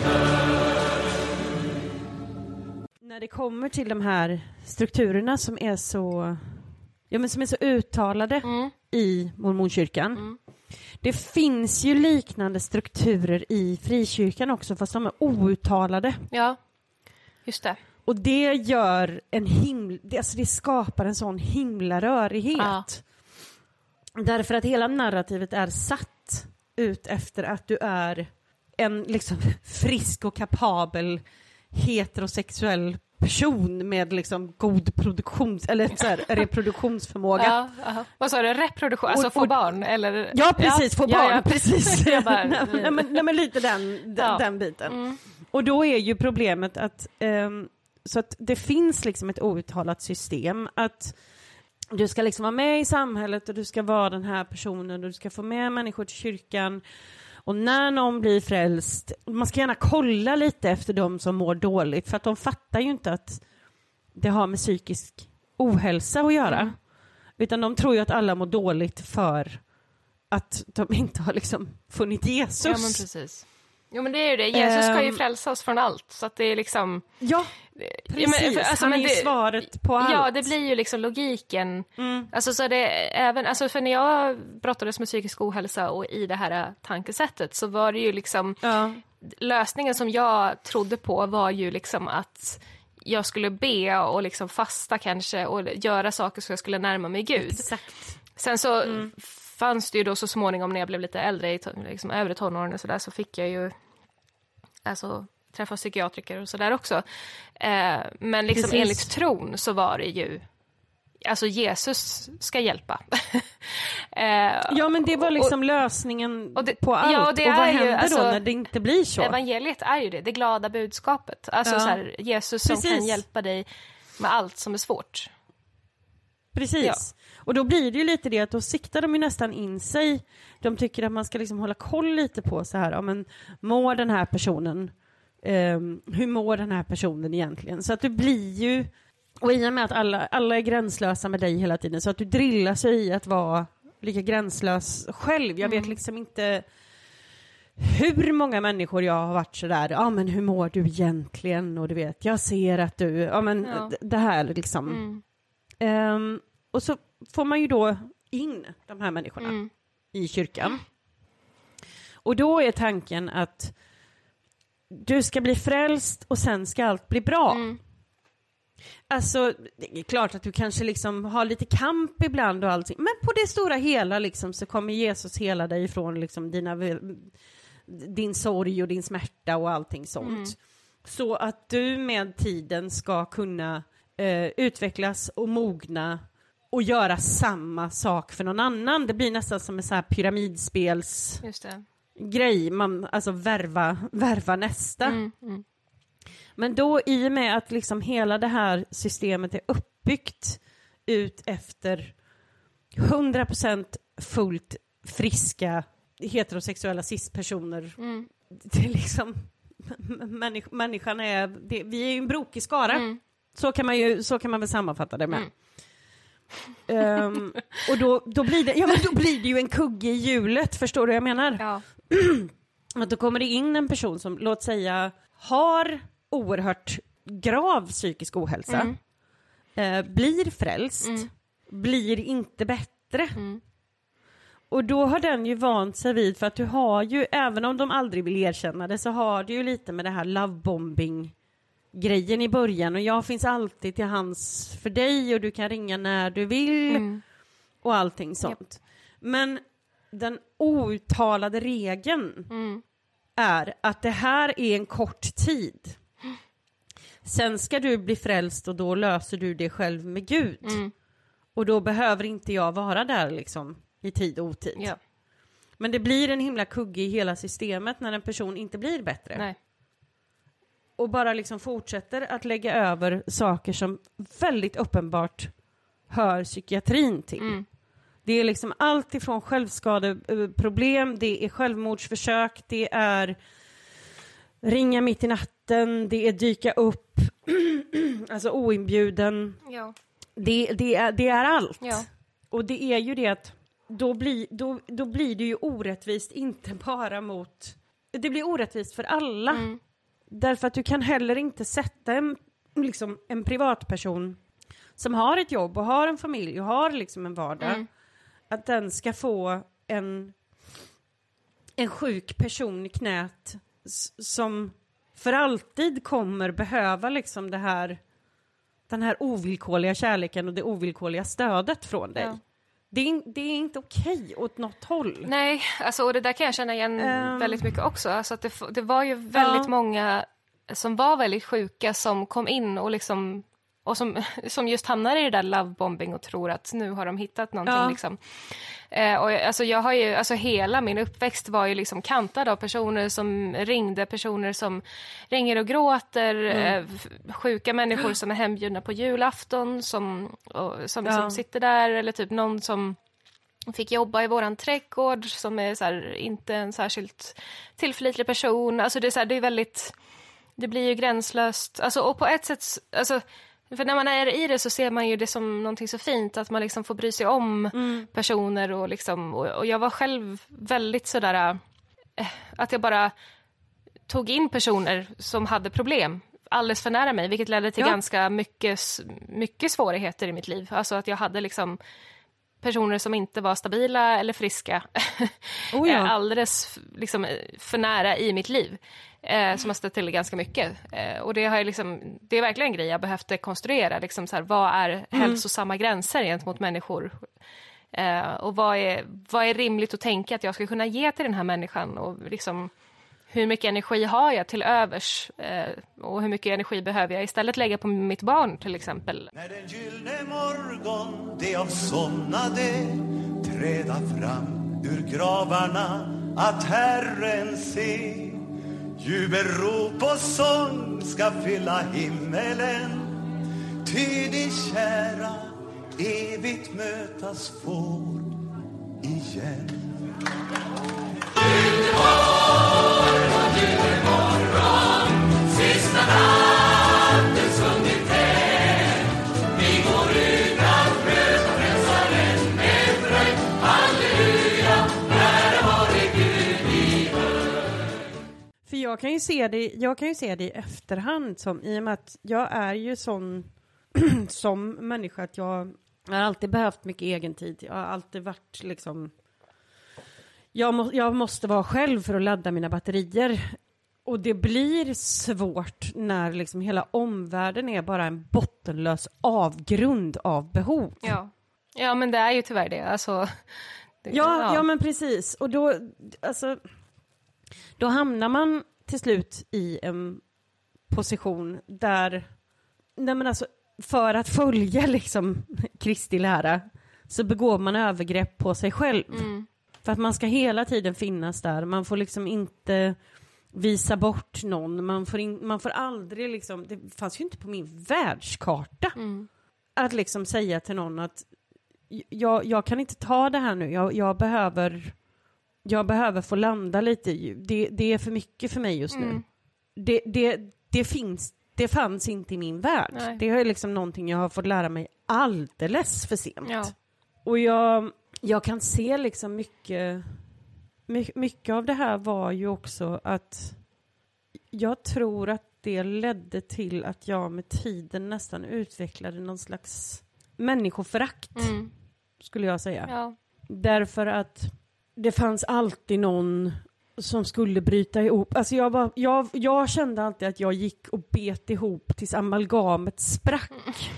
När det kommer till de här strukturerna som är så, som är så uttalade i mormonkyrkan. Det finns ju liknande strukturer i frikyrkan också, fast de är outtalade. Ja, just det. Och det gör det skapar en sån himla rörighet. Ja. Därför att hela narrativet är satt ut efter att du är en liksom frisk och kapabel heterosexuell person med liksom god eller så här, reproduktionsförmåga. Ja. Vad sa du? Reproduktion? Alltså få barn? Eller? Ja, precis. Få barn. Ja, precis. Jag bara, nej, men lite den biten. Och då är ju problemet att så att det finns liksom ett outtalat system att du ska liksom vara med i samhället och du ska vara den här personen och du ska få med människor till kyrkan. Och när någon blir frälst, man ska gärna kolla lite efter de som mår dåligt, för att de fattar ju inte att det har med psykisk ohälsa att göra. Utan de tror ju att alla mår dåligt för att de inte har liksom funnit Jesus. Ja, men precis. Jo, men det är ju det. Jesus ska ju frälsa oss från allt. Så att det är liksom... Ja, precis. Han är ju svaret på allt. Ja, det blir ju liksom logiken. Alltså, så det även, alltså, för när jag brottades med psykisk ohälsa och i det här tankesättet så var det ju liksom... Ja. Lösningen som jag trodde på var ju liksom att jag skulle be och liksom fasta kanske och göra saker så jag skulle närma mig Gud. Exakt. Sen så... fanns det ju då så småningom när jag blev lite äldre i liksom övre tonåren och sådär, så fick jag ju alltså träffa psykiatriker och sådär också. Men liksom enligt tron så var det ju alltså Jesus ska hjälpa. Ja, men det var liksom lösningen på allt. Ja, och vad händer då när det inte blir så? Evangeliet är ju det glada budskapet. Alltså så här, Jesus som kan hjälpa dig med allt som är svårt. Precis. Ja. Och då blir det ju lite det att då siktar de ju nästan in sig. De tycker att man ska liksom hålla koll lite på så här, ja, men mår den här personen, hur mår den här personen egentligen? Så att du blir ju, och i och med att alla är gränslösa med dig hela tiden, så att du drillar sig i att vara lika gränslös själv. Jag vet liksom inte hur många människor jag har varit så där, ja men hur mår du egentligen? Och du vet, jag ser att du, ja men det här liksom. Och så får man ju då in de här människorna i kyrkan. Och då är tanken att du ska bli frälst och sen ska allt bli bra. Alltså, det är klart att du kanske liksom har lite kamp ibland och allting. Men på det stora hela liksom, så kommer Jesus hela dig ifrån liksom din sorg och din smärta och allting sånt. Så att du med tiden ska kunna utvecklas och mogna och göra samma sak för någon annan. Det blir nästan som en så här pyramidspels grej. Man, alltså värva nästa. Men då i och med att liksom hela det här systemet är uppbyggt ut efter 100% fullt friska heterosexuella cis-personer. Det är liksom människan är, vi är ju en brokig skara. Så kan man väl sammanfatta det med. Och då blir det, ja men då blir det ju en kugge i hjulet, förstår du vad jag menar? Ja. Att då kommer det in en person som, låt säga, har oerhört grav psykisk ohälsa, blir frälst, blir inte bättre. Och då har den ju vant sig vid, för att du har ju, även om de aldrig vill erkänna det, så har du ju lite med det här lovebombing grejen i början, och jag finns alltid till hands för dig och du kan ringa när du vill och allting sånt. Men den outtalade regeln är att det här är en kort tid. Sen ska du bli frälst och då löser du det själv med Gud. Och då behöver inte jag vara där liksom i tid och otid. Ja. Men det blir en himla kugge i hela systemet när en person inte blir bättre. Nej. Och bara liksom fortsätter att lägga över saker som väldigt uppenbart hör psykiatrin till. Det är liksom allt ifrån självskadeproblem, det är självmordsförsök, det är ringa mitt i natten, det är dyka upp, alltså oinbjuden. Ja. Det är allt. Ja. Och det är ju det att då blir det ju orättvist, inte bara mot... Det blir orättvist för alla. Därför att du kan heller inte sätta en privatperson som har ett jobb och har en familj och har liksom en vardag, att den ska få en sjuk person i knät som för alltid kommer behöva liksom den här ovillkorliga kärleken och det ovillkorliga stödet från dig. Ja. Det är inte okej åt något håll. Nej, alltså, och det där kan jag känna igen väldigt mycket också. Alltså att det var ju väldigt många som var väldigt sjuka som kom in och liksom och som just hamnar i det där lovebombing och tror att nu har de hittat någonting liksom. Och alltså jag har ju, alltså hela min uppväxt var ju liksom kantad av personer som ringde, personer som ringer och gråter, sjuka människor som är hembjudna på julafton som liksom sitter där, eller typ någon som fick jobba i våran trädgård som är så här, inte en särskilt tillförlitlig person. Alltså det är så här, det är väldigt, det blir ju gränslöst. Alltså, och på ett sätt, alltså, för när man är i det så ser man ju det som någonting så fint att man liksom får bry sig om personer och liksom, och jag var själv väldigt sådär att jag bara tog in personer som hade problem alldeles för nära mig, vilket ledde till ganska mycket svårigheter i mitt liv. Alltså att jag hade liksom personer som inte var stabila eller friska alldeles liksom för nära i mitt liv, som har stött till ganska mycket. Och det har liksom, det är verkligen en grej jag behövde konstruera. Liksom så här, vad är hälsosamma gränser gentemot människor? Och vad är rimligt att tänka att jag ska kunna ge till den här människan? Och liksom, hur mycket energi har jag till övers? Och hur mycket energi behöver jag istället lägga på mitt barn till exempel? När den gyllene morgon de avsomnade träda fram ur gravarna att Herren se, jubelrop och sång ska fylla himmelen, ty de kära evigt mötas får igen. Sista natten sjungit hem, vi går ut att möta frälsaren med fröjd. Halleluja, ära vare Gud i höjd. För jag kan ju se det i efterhand, som i och med att jag är ju sån som människa att jag har alltid behövt mycket egen tid. Jag har alltid varit liksom, jag måste vara själv för att ladda mina batterier. Och det blir svårt när liksom hela omvärlden är bara en bottenlös avgrund av behov. Ja, men det är ju tyvärr det. Alltså, ja, men precis. Och då hamnar man till slut i en position där, nej men alltså, för att följa liksom Kristi lära så begår man övergrepp på sig själv. För att man ska hela tiden finnas där. Man får liksom inte visa bort någon. Man får aldrig liksom, det fanns ju inte på min världskarta att liksom säga till någon att jag kan inte ta det här nu. Jag behöver få landa lite. Det är för mycket för mig just nu. Det fanns inte i min värld. Nej. Det är liksom någonting jag har fått lära mig alldeles för sent. Ja. Och jag kan se liksom mycket av det här var ju också att jag tror att det ledde till att jag med tiden nästan utvecklade någon slags människoförakt, skulle jag säga. Ja. Därför att det fanns alltid någon som skulle bryta ihop. Alltså jag kände alltid att jag gick och bet ihop tills amalgamet sprack.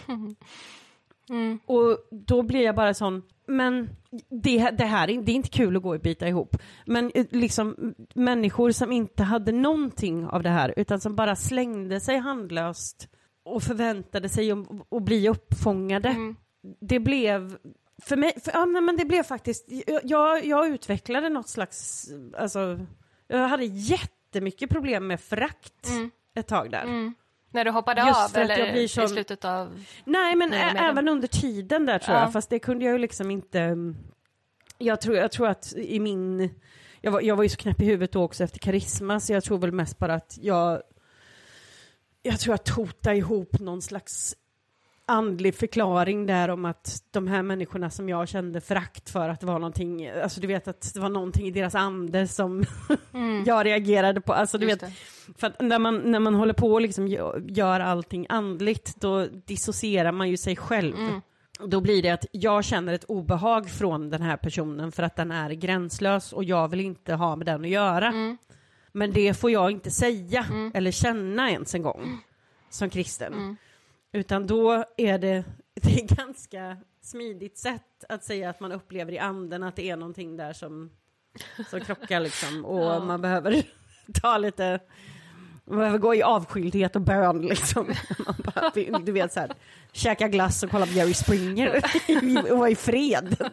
Och då blir jag bara sån, men det är inte kul att gå och bita ihop. Men liksom människor som inte hade någonting av det här, utan som bara slängde sig handlöst och förväntade sig att bli uppfångade. Det blev för mig, men det blev faktiskt, jag utvecklade något slags, alltså jag hade jättemycket problem med frakt ett tag där. När du hoppade just av eller i slutet av... Nej, men även under tiden där tror jag. Fast det kunde jag ju liksom inte... Jag tror att i min... Jag var ju så knäpp i huvudet då också efter karisma. Så jag tror väl mest bara att jag tror att totade ihop någon slags andlig förklaring där om att de här människorna som jag kände förakt för, att det var någonting, alltså du vet att det var någonting i deras ande som jag reagerade på, alltså du vet, för att när man håller på och liksom gör allting andligt, då dissocierar man ju sig själv. Då blir det att jag känner ett obehag från den här personen för att den är gränslös och jag vill inte ha med den att göra. Men det får jag inte säga eller känna ens en gång som kristen. Utan då är det är ganska smidigt sätt att säga att man upplever i anden att det är någonting där som krockar liksom. Och man behöver ta lite Man behöver gå i avskildhet och bön liksom. Man bara, du vet så här, käka glass och kolla på Jerry Springer och vara i fred.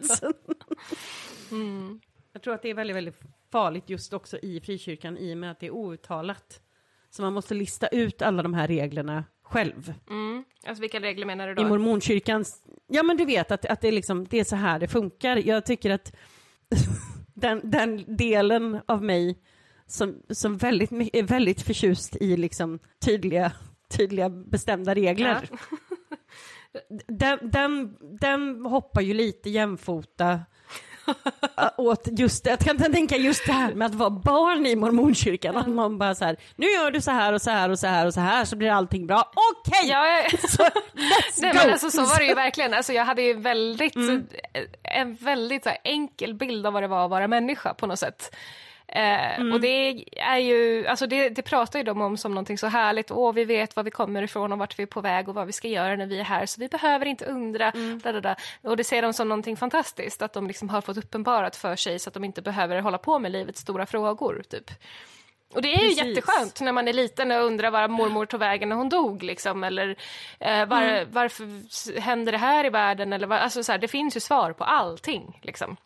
Jag tror att det är väldigt, väldigt farligt just också i frikyrkan i och med att det är outtalat. Så man måste lista ut alla de här reglerna själv. Alltså vilka regler menar du då? I mormonkyrkan, ja men du vet att det är liksom, det är så här det funkar. Jag tycker att den delen av mig som är väldigt förtjust i liksom tydliga bestämda regler. Ja. Den hoppar ju lite jämfota åt just, jag kan inte tänka just det här med att vara barn i mormonkyrkan, att man bara så här, nu gör du så här och så här och så här och så här så blir allting bra, okej! Ja, så let's nej, go! men alltså, så var det ju verkligen, alltså, jag hade ju en väldigt så här, enkel bild av vad det var att vara människa på något sätt. Och det är ju, alltså det pratar ju de om som någonting så härligt, vi vet var vi kommer ifrån och vart vi är på väg och vad vi ska göra när vi är här, så vi behöver inte undra, och det ser de som någonting fantastiskt, att de liksom har fått uppenbarat för sig så att de inte behöver hålla på med livets stora frågor, typ. Och det är ju jätteskönt när man är liten och undrar var mormor tog vägen när hon dog, liksom, eller varför händer det här i världen, eller alltså så här, det finns ju svar på allting, liksom.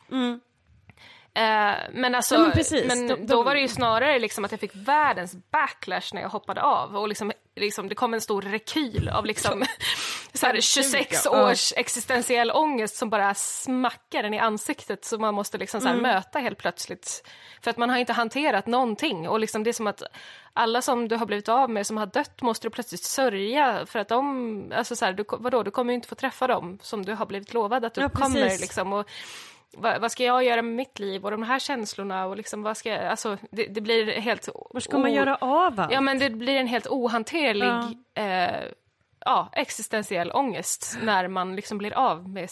Men alltså, ja, men precis. Men då var det ju snarare liksom att jag fick världens backlash när jag hoppade av, och liksom det kom en stor rekyl av liksom så här 26 års existentiell ångest som bara smackar den i ansiktet, så man måste liksom så här möta helt plötsligt, för att man har inte hanterat någonting, och liksom det är som att alla som du har blivit av med, som har dött, måste du plötsligt sörja för att de, alltså så här, du kommer ju inte få träffa dem som du har blivit lovad att du kommer liksom, och vad ska jag göra med mitt liv och de här känslorna, och liksom vad ska jag, alltså det blir helt, vad ska man göra av allt? Ja, men det blir en helt ohanterlig existentiell ångest när man liksom blir av med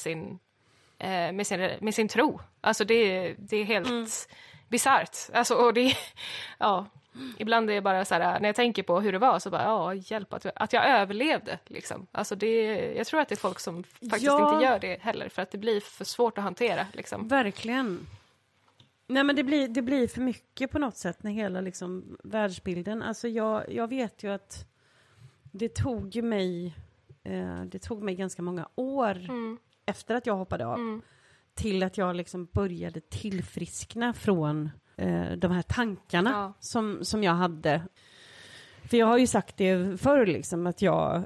sin tro. Alltså det är helt bisarrt. Alltså, och det ibland är det bara så här, när jag tänker på hur det var, så bara, hjälp att jag överlevde, liksom. Alltså jag tror att det är folk som faktiskt inte gör det heller, för att det blir för svårt att hantera, liksom. Verkligen. Nej, men det blir för mycket på något sätt när hela liksom världsbilden, alltså jag vet ju att det tog mig ganska många år efter att jag hoppade av till att jag liksom började tillfriskna från de här tankarna som jag hade. För jag har ju sagt det förr, liksom, att jag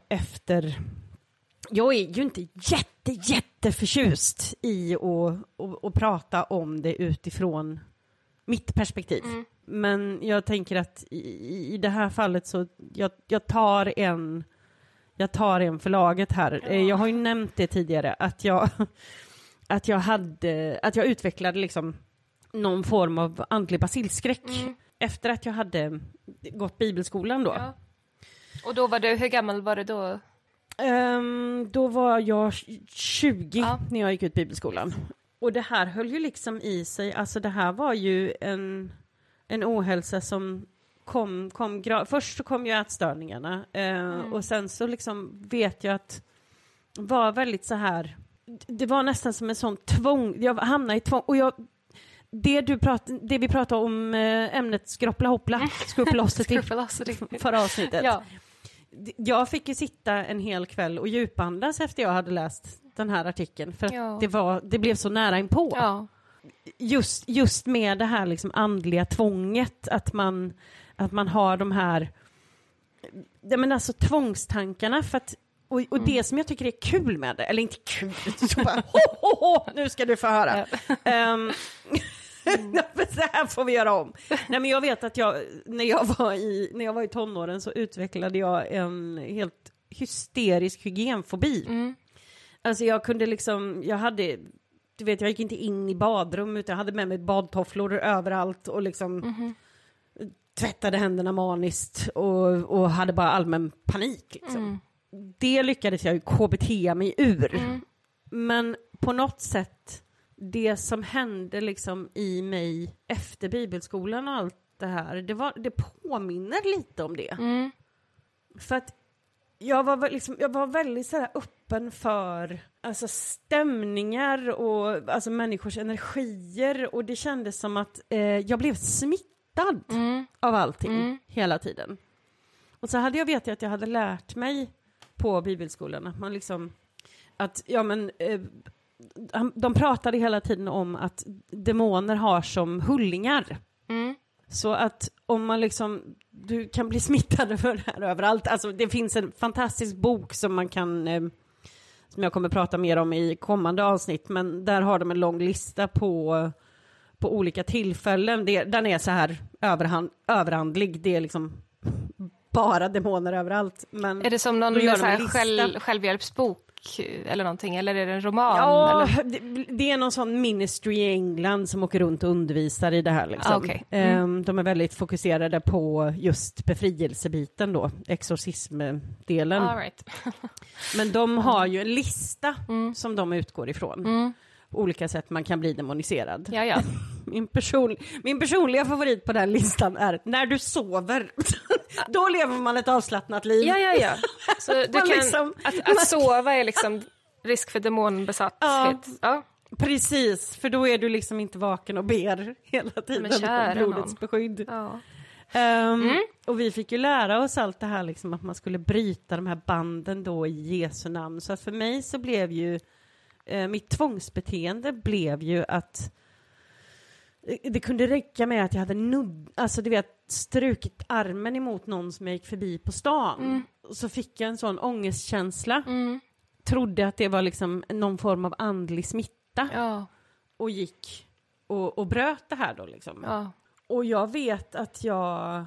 är ju inte jätteförtjust i att prata om det utifrån mitt perspektiv. Men jag tänker att i det här fallet så jag tar en förlaget här. Jag har ju nämnt det tidigare att jag utvecklade liksom någon form av andlig basilskräck efter att jag hade gått bibelskolan då. Ja. Och då hur gammal var du då? Då var jag 20 när jag gick ut bibelskolan. Och det här höll ju liksom i sig, alltså det här var ju en ohälsa som först så kom ju ätstörningarna och sen så liksom vet jag att var väldigt så här, det var nästan som en sån tvång, jag hamnade i tvång, och det vi pratade om ämnet skrupelosity förra avsnittet. Ja. Jag fick ju sitta en hel kväll och djupandas efter jag hade läst den här artikeln, för att det blev så nära inpå. Ja. Just med det här liksom andliga tvånget, att man har de här, men alltså tvångstankarna, för att och det som jag tycker är kul med det, eller inte kul, så bara, nu ska du få höra. Så här får vi göra om. Nej, men jag vet att när jag var i tonåren så utvecklade jag en helt hysterisk hygienfobi. Alltså jag kunde liksom, jag gick inte in i badrum, utan jag hade med mig badtofflor överallt och liksom tvättade händerna maniskt och hade bara allmän panik liksom. Det lyckades jag ju KBT mig ur. Men på något sätt, det som hände liksom i mig efter bibelskolan och allt det här, det påminner lite om det. För att jag var väldigt så här öppen för alltså stämningar och alltså människors energier, och det kändes som att jag blev smittad av allting hela tiden. Och så hade jag att jag hade lärt mig på bibelskolan att man liksom, att de pratade hela tiden om att demoner har som hullingar. Så att om man liksom, du kan bli smittad för det här överallt. Alltså det finns en fantastisk bok som man kan, som jag kommer prata mer om i kommande avsnitt, men där har de en lång lista på olika tillfällen. Den är så här överhandlig, det är liksom bara demoner överallt. Men är det som någon så här självhjälpsbok eller någonting, eller är det en roman? Ja, eller? Det är någon sån ministry i England som åker runt och undervisar i det här. Liksom. Okay. De är väldigt fokuserade på just befrielsebiten då, exorcismdelen. All right. Men de har ju en lista som de utgår ifrån. På olika sätt man kan bli demoniserad. Ja. Min personliga favorit på den listan är när du sover. Då lever man ett avslappnat liv. Ja. Så du kan, liksom, att sova är liksom risk för demonbesatthet. Ja. Precis, för då är du liksom inte vaken och ber hela tiden på blodets beskydd. Ja. Och vi fick ju lära oss allt det här liksom, att man skulle bryta de här banden då i Jesu namn. Så att för mig så blev ju mitt tvångsbeteende blev ju att det kunde räcka med att jag hade strukit armen emot någon som jag gick förbi på stan. Så fick jag en sån ångestkänsla. Trodde att det var liksom någon form av andlig smitta. Ja. Och gick och bröt det här då liksom. Ja. Och jag vet att jag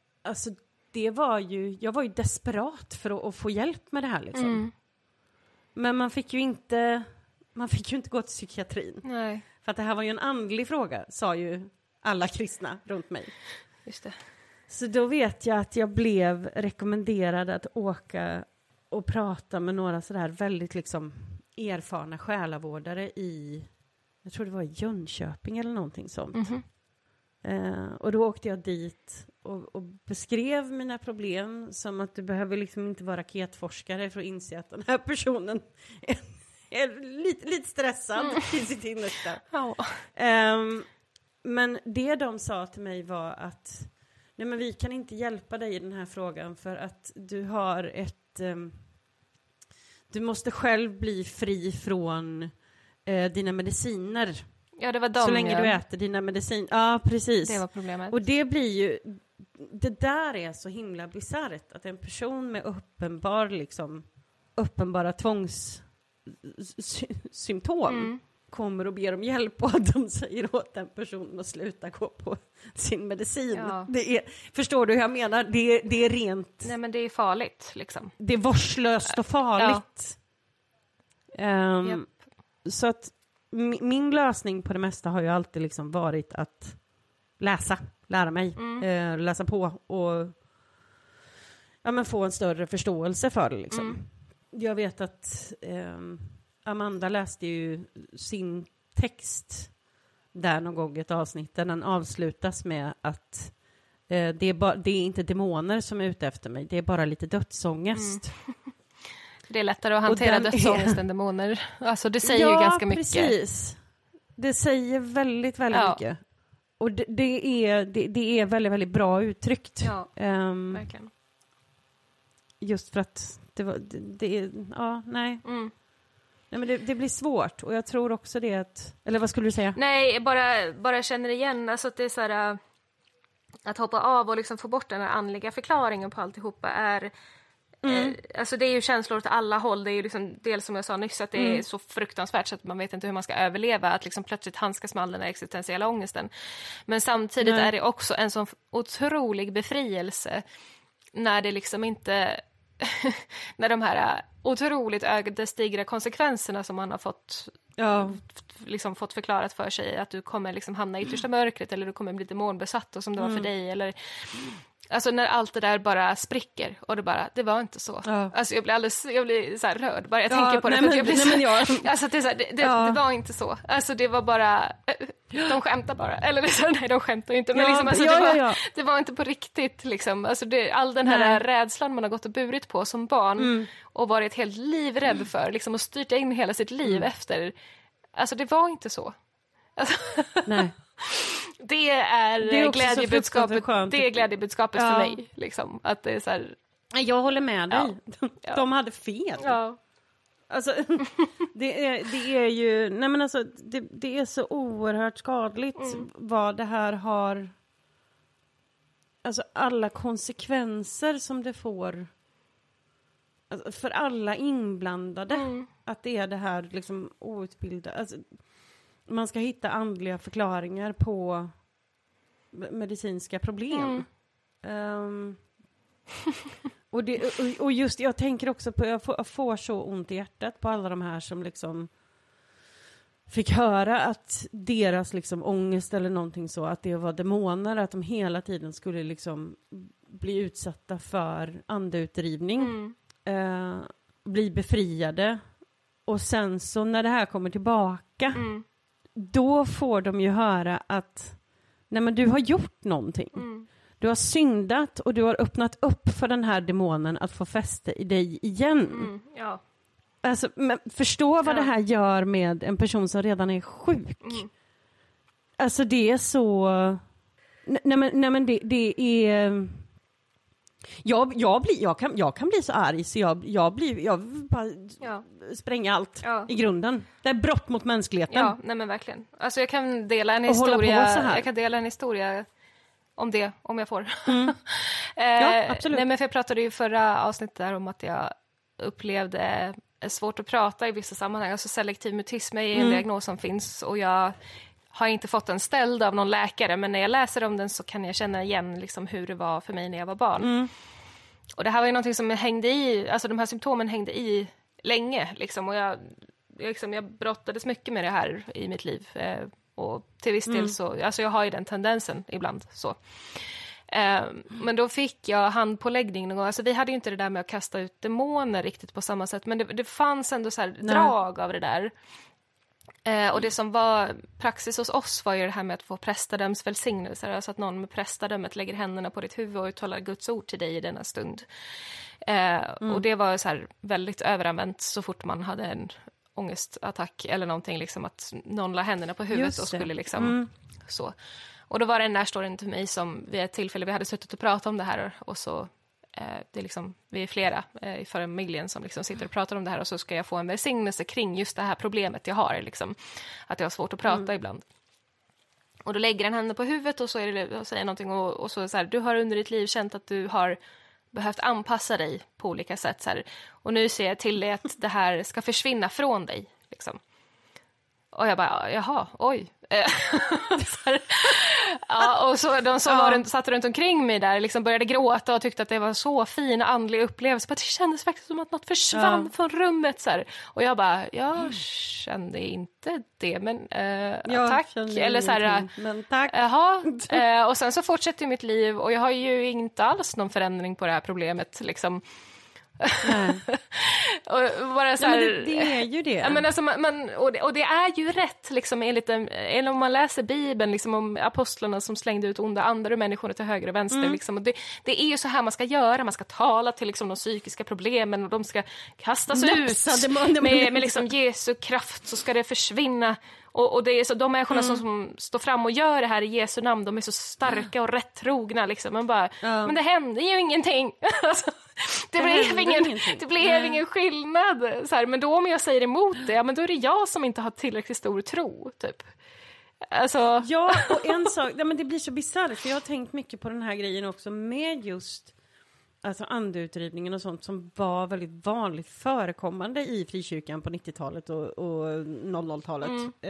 var ju desperat för att få hjälp med det här liksom. Men man fick ju inte gå till psykiatrin. Nej. För att det här var ju en andlig fråga, sa ju alla kristna runt mig. Just det. Så då vet jag att jag blev rekommenderad att åka och prata med några sådär väldigt liksom erfarna själavårdare jag tror det var i Jönköping eller någonting sånt. Och då åkte jag dit och beskrev mina problem som att du behöver liksom inte vara raketforskare för att inse att den här personen är lite stressad i sitt innersta. Men det de sa till mig var att nej, men vi kan inte hjälpa dig i den här frågan för att du har du måste själv bli fri från dina mediciner. Ja, det var de. Så länge du äter dina mediciner. Ja, precis. Det var problemet. Och det blir ju, det där är så himla bisarrt att en person med uppenbara tvångssymptom kommer och ber om hjälp och att de säger åt den personen att sluta gå på sin medicin. Ja. Förstår du hur jag menar? Det är rent... Nej, men det är farligt liksom. Det är vårdslöst och farligt. Yep. Så att min lösning på det mesta har ju alltid liksom varit att lära mig, läsa på och få en större förståelse för det liksom. Jag vet att Amanda läste ju sin text där någon gång i ett avsnitt där den avslutas med att det är inte demoner som är ute efter mig, det är bara lite dödsångest. Det är lättare att hantera dödsångest än demoner. Alltså det säger ju ganska mycket. Ja, precis. Det säger väldigt, väldigt mycket. Och det är väldigt, väldigt bra uttryckt. Ja, verkligen. Just för att nej. Nej, men det blir svårt. Och jag tror också det att... Eller vad skulle du säga? Nej, bara känner igen. Alltså att det är så här... Att hoppa av och liksom få bort den här andliga förklaringen på alltihopa är... Alltså det är ju känslor åt alla håll. Det är ju liksom, dels som jag sa nyss att det är så fruktansvärt så att man vet inte hur man ska överleva. Att liksom plötsligt handskas med all den här existentiella ångesten. Men samtidigt är det också en sån otrolig befrielse när det liksom inte... när de här otroligt ödesdigra konsekvenserna som man har fått liksom fått förklarat för sig, att du kommer liksom hamna i yttersta mörkret eller du kommer bli demonbesatt och som det var för dig, eller alltså när allt det där bara spricker och det var inte så. Alltså jag blir så här rörd bara jag tänker på det. Alltså det är så här, det var inte så. Alltså det var bara de skämtar bara. Eller nej, de skämtar ju inte. Men liksom, alltså, det var inte på riktigt. Liksom. Alltså, all den här rädslan man har gått och burit på som barn och varit helt livrädd för. Liksom, och styrt in hela sitt liv efter. Alltså det var inte så. Alltså, nej. Det är glädjebudskapet. Det är glädjebudskapet för mig. Liksom. Att det är så här, Jag håller med dig. Ja. De hade fel. Ja. Alltså, det är ju... Nej, men alltså, det är så oerhört skadligt vad det här har... Alltså alla konsekvenser som det får alltså, för alla inblandade. Att det är det här liksom outbildade. Alltså, man ska hitta andliga förklaringar på medicinska problem. Och just jag tänker också på, jag får så ont i hjärtat på alla de här som liksom fick höra att deras liksom ångest eller någonting så, att det var demoner, att de hela tiden skulle liksom bli utsatta för andeutdrivning, bli befriade, och sen så när det här kommer tillbaka då får de ju höra att nej, men du har gjort någonting. Du har syndat och du har öppnat upp för den här demonen att få fäste i dig igen. Ja. Alltså, men förstå vad det här gör med en person som redan är sjuk. Alltså det är så... Nej men det är... Jag kan bli så arg så jag bara spränga allt i grunden. Det är brott mot mänskligheten. Ja, nej men verkligen. Alltså jag kan dela en historia. Jag kan dela en historia om det, om jag får. Ja, absolut. Nej, men för jag pratade ju förra avsnittet där om att jag upplevde svårt att prata i vissa sammanhang. Alltså selektiv mutism är en diagnos som finns, och jag har inte fått den ställd av någon läkare, men när jag läser om den så kan jag känna igen liksom hur det var för mig när jag var barn. Och det här var ju någonting som hängde i, alltså de här symptomen hängde i länge liksom, och jag brottades mycket med det här i mitt liv. Och till viss del så, alltså jag har ju den tendensen ibland så. Men då fick jag handpåläggning någon gång. Alltså vi hade ju inte det där med att kasta ut demoner riktigt på samma sätt, men det fanns ändå så här drag av det där. Och det som var praxis hos oss var ju det här med att få prästadöms välsignelser, alltså att någon med prästadömet lägger händerna på ditt huvud och uttalar Guds ord till dig i denna stund. Och det var så här väldigt överanvänt så fort man hade en ångestattack eller någonting, liksom att någon la händerna på huvudet och skulle liksom så. Och då var det en närstående till mig som vid ett tillfälle, vi hade suttit och pratat om det här, och så det är liksom, vi är flera i familjen som liksom sitter och pratar om det här, och så ska jag få en välsignelse kring just det här problemet jag har, liksom, att jag har svårt att prata ibland. Och då lägger han händerna på huvudet och så är det, och säger någonting, och så här, du har under ditt liv känt att du har behövt anpassa dig på olika sätt så här, och nu ser jag till dig att det här ska försvinna från dig liksom. Och jag bara, jaha, oj. Så här, ja, och så de som satt runt omkring mig där liksom började gråta och tyckte att det var så fin andlig upplevelse. Det kändes faktiskt som att något försvann från rummet. Så här. Och jag bara, jag kände inte det, men tack. Eller så här, men tack. Jaha. Och sen så fortsätter mitt liv, och jag har ju inte alls någon förändring på det här problemet liksom. Och bara så här, det är ju det. Ja, men alltså och det är ju rätt liksom, enligt eller om man läser Bibeln liksom, om apostlarna som slängde ut onda andar och människor till höger och vänster liksom, och det är ju så här man ska göra, man ska tala till liksom, de psykiska problemen, och de ska kastas ut med liksom Jesu kraft, så ska det försvinna. Och det är så, de människorna som står fram och gör det här i Jesu namn, de är så starka och rätt trogna liksom. Man bara, men det hände ju ingenting. Alltså, det blev ingen skillnad. Så här, men då om jag säger emot det, men då är det jag som inte har tillräckligt stor tro, typ. Alltså. Ja, och en sak, men det blir så bisarrt, för jag har tänkt mycket på den här grejen också med just alltså andeutdrivningen och sånt som var väldigt vanligt förekommande i frikyrkan på 90-talet och 00-talet.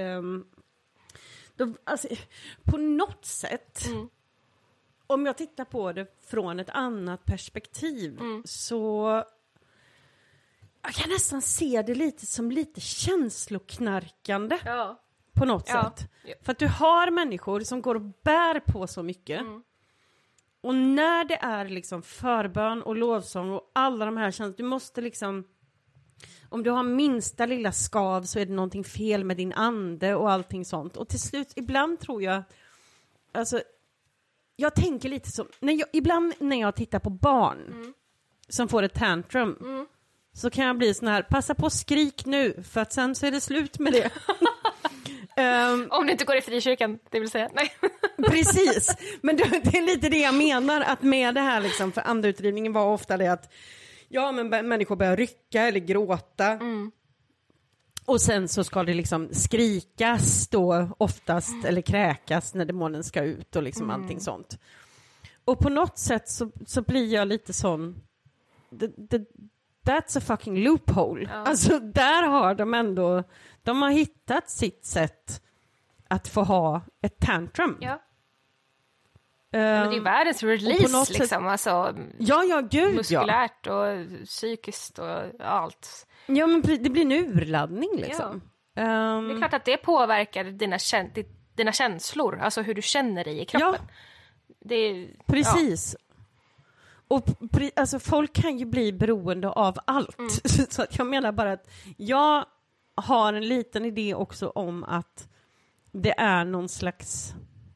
Alltså, på något sätt, om jag tittar på det från ett annat perspektiv, så jag kan nästan se det lite som lite känsloknarkande på något sätt. För att du har människor som går och bär på så mycket. Och när det är liksom förbön och lovsång och alla de här känslorna, du måste liksom, om du har minsta lilla skav så är det någonting fel med din ande och allting sånt. Och till slut, ibland tror jag, alltså, jag tänker lite så, ibland när jag tittar på barn som får ett tantrum, så kan jag bli sån här, passa på skrik nu, för att sen så är det slut med det. Om du inte går i frikyrkan, det vill säga. Nej. Precis, men det är lite det jag menar, att med det här liksom, för andeutdrivningen var ofta det att men människor börjar rycka eller gråta. Och sen så ska det liksom skrikas då oftast, eller kräkas när demonen ska ut och liksom allting sånt. Och på något sätt så blir jag lite sån, that's a fucking loophole. Ja. Alltså där har de har hittat sitt sätt att få ha ett tantrum. Ja. Men det är världens release liksom, sätt, alltså, gud, muskulärt och psykiskt och allt. Ja, men det blir en urladdning liksom. Ja. Det är klart att det påverkar dina känslor, alltså hur du känner dig i kroppen. Ja, precis. Ja. Och alltså, folk kan ju bli beroende av allt. Så att jag menar bara att jag har en liten idé också om att det är någon slags...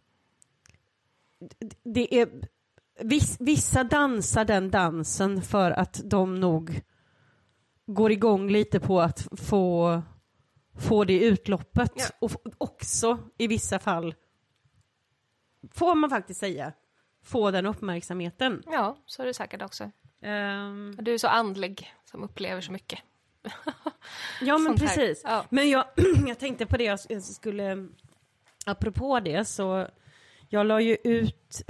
Det är vissa dansar den dansen för att de nog går igång lite på att få det utloppet. Ja. Och också i vissa fall får man faktiskt säga få den uppmärksamheten. Ja, så är det säkert också. Du är så andlig som upplever så mycket. Ja, men precis. Ja. Men jag tänkte på det, jag skulle apropå det, så jag la ju ut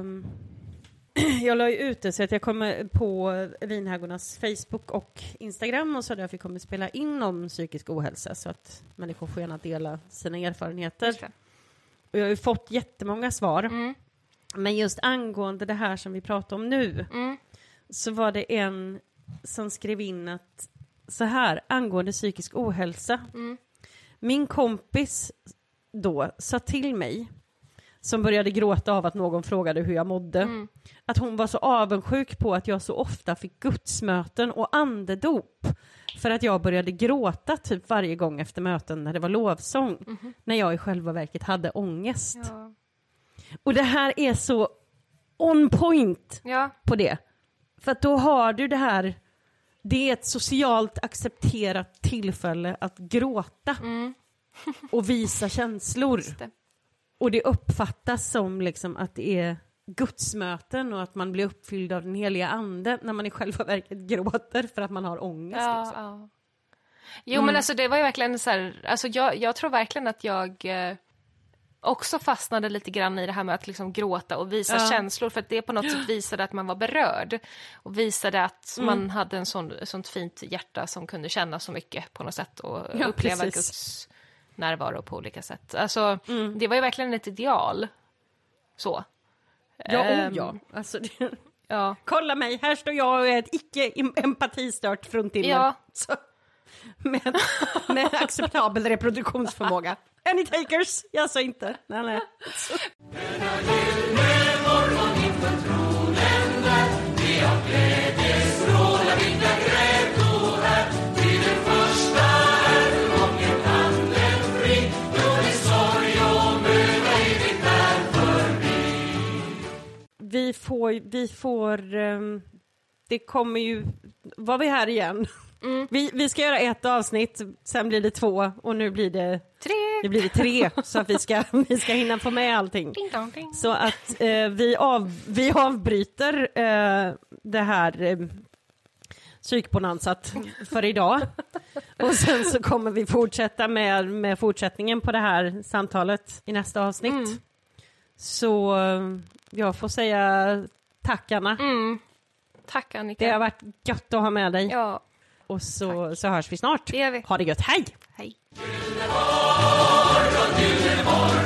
det så att jag kommer på Vinhägornas Facebook och Instagram, och så därför kommer spela in om psykisk ohälsa så att människor får gärna dela sina erfarenheter. Och jag har ju fått jättemånga svar. Men just angående det här som vi pratar om nu, så var det en som skrev in att så här, angående psykisk ohälsa. Min kompis då sa till mig, som började gråta av att någon frågade hur jag mådde, att hon var så avundsjuk på att jag så ofta fick gudsmöten och andedop, för att jag började gråta typ varje gång efter möten när det var lovsång, när jag i själva verket hade ångest. Ja. Och det här är så on point på det. För att då har du det här, det är ett socialt accepterat tillfälle att gråta och visa känslor. Och det uppfattas som liksom att det är gudsmöten och att man blir uppfylld av den heliga ande när man i själva verket gråter för att man har ångest. Ja, liksom. Ja. Jo, men alltså det var ju verkligen så här, alltså jag tror verkligen att jag också fastnade lite grann i det här med att liksom gråta och visa känslor, för att det på något sätt visade att man var berörd och visade att man hade en sånt fint hjärta som kunde känna så mycket på något sätt och uppleva Guds närvaro på olika sätt. Alltså, det var ju verkligen ett ideal. Så. Ja. Alltså, kolla mig, här står jag och är ett icke-empatistört fruntimmer. Ja. Så, med acceptabel reproduktionsförmåga. Any takers? Jag sa inte. Nej. Så. Vi får det kommer ju, var vi här igen. Vi ska göra ett avsnitt, sen blir det 2 och nu blir det 3. Nu blir det 3, så att vi ska hinna få med allting. Ding dong, ding. Så att vi avbryter det här psykbonansat för idag. Och sen så kommer vi fortsätta med fortsättningen på det här samtalet i nästa avsnitt. Så jag får säga tack, Anna. Tack, Annika. Det har varit gött att ha med dig. Ja. Och så hörs vi snart. Det gör vi. Ha det gött. Hej! Hej.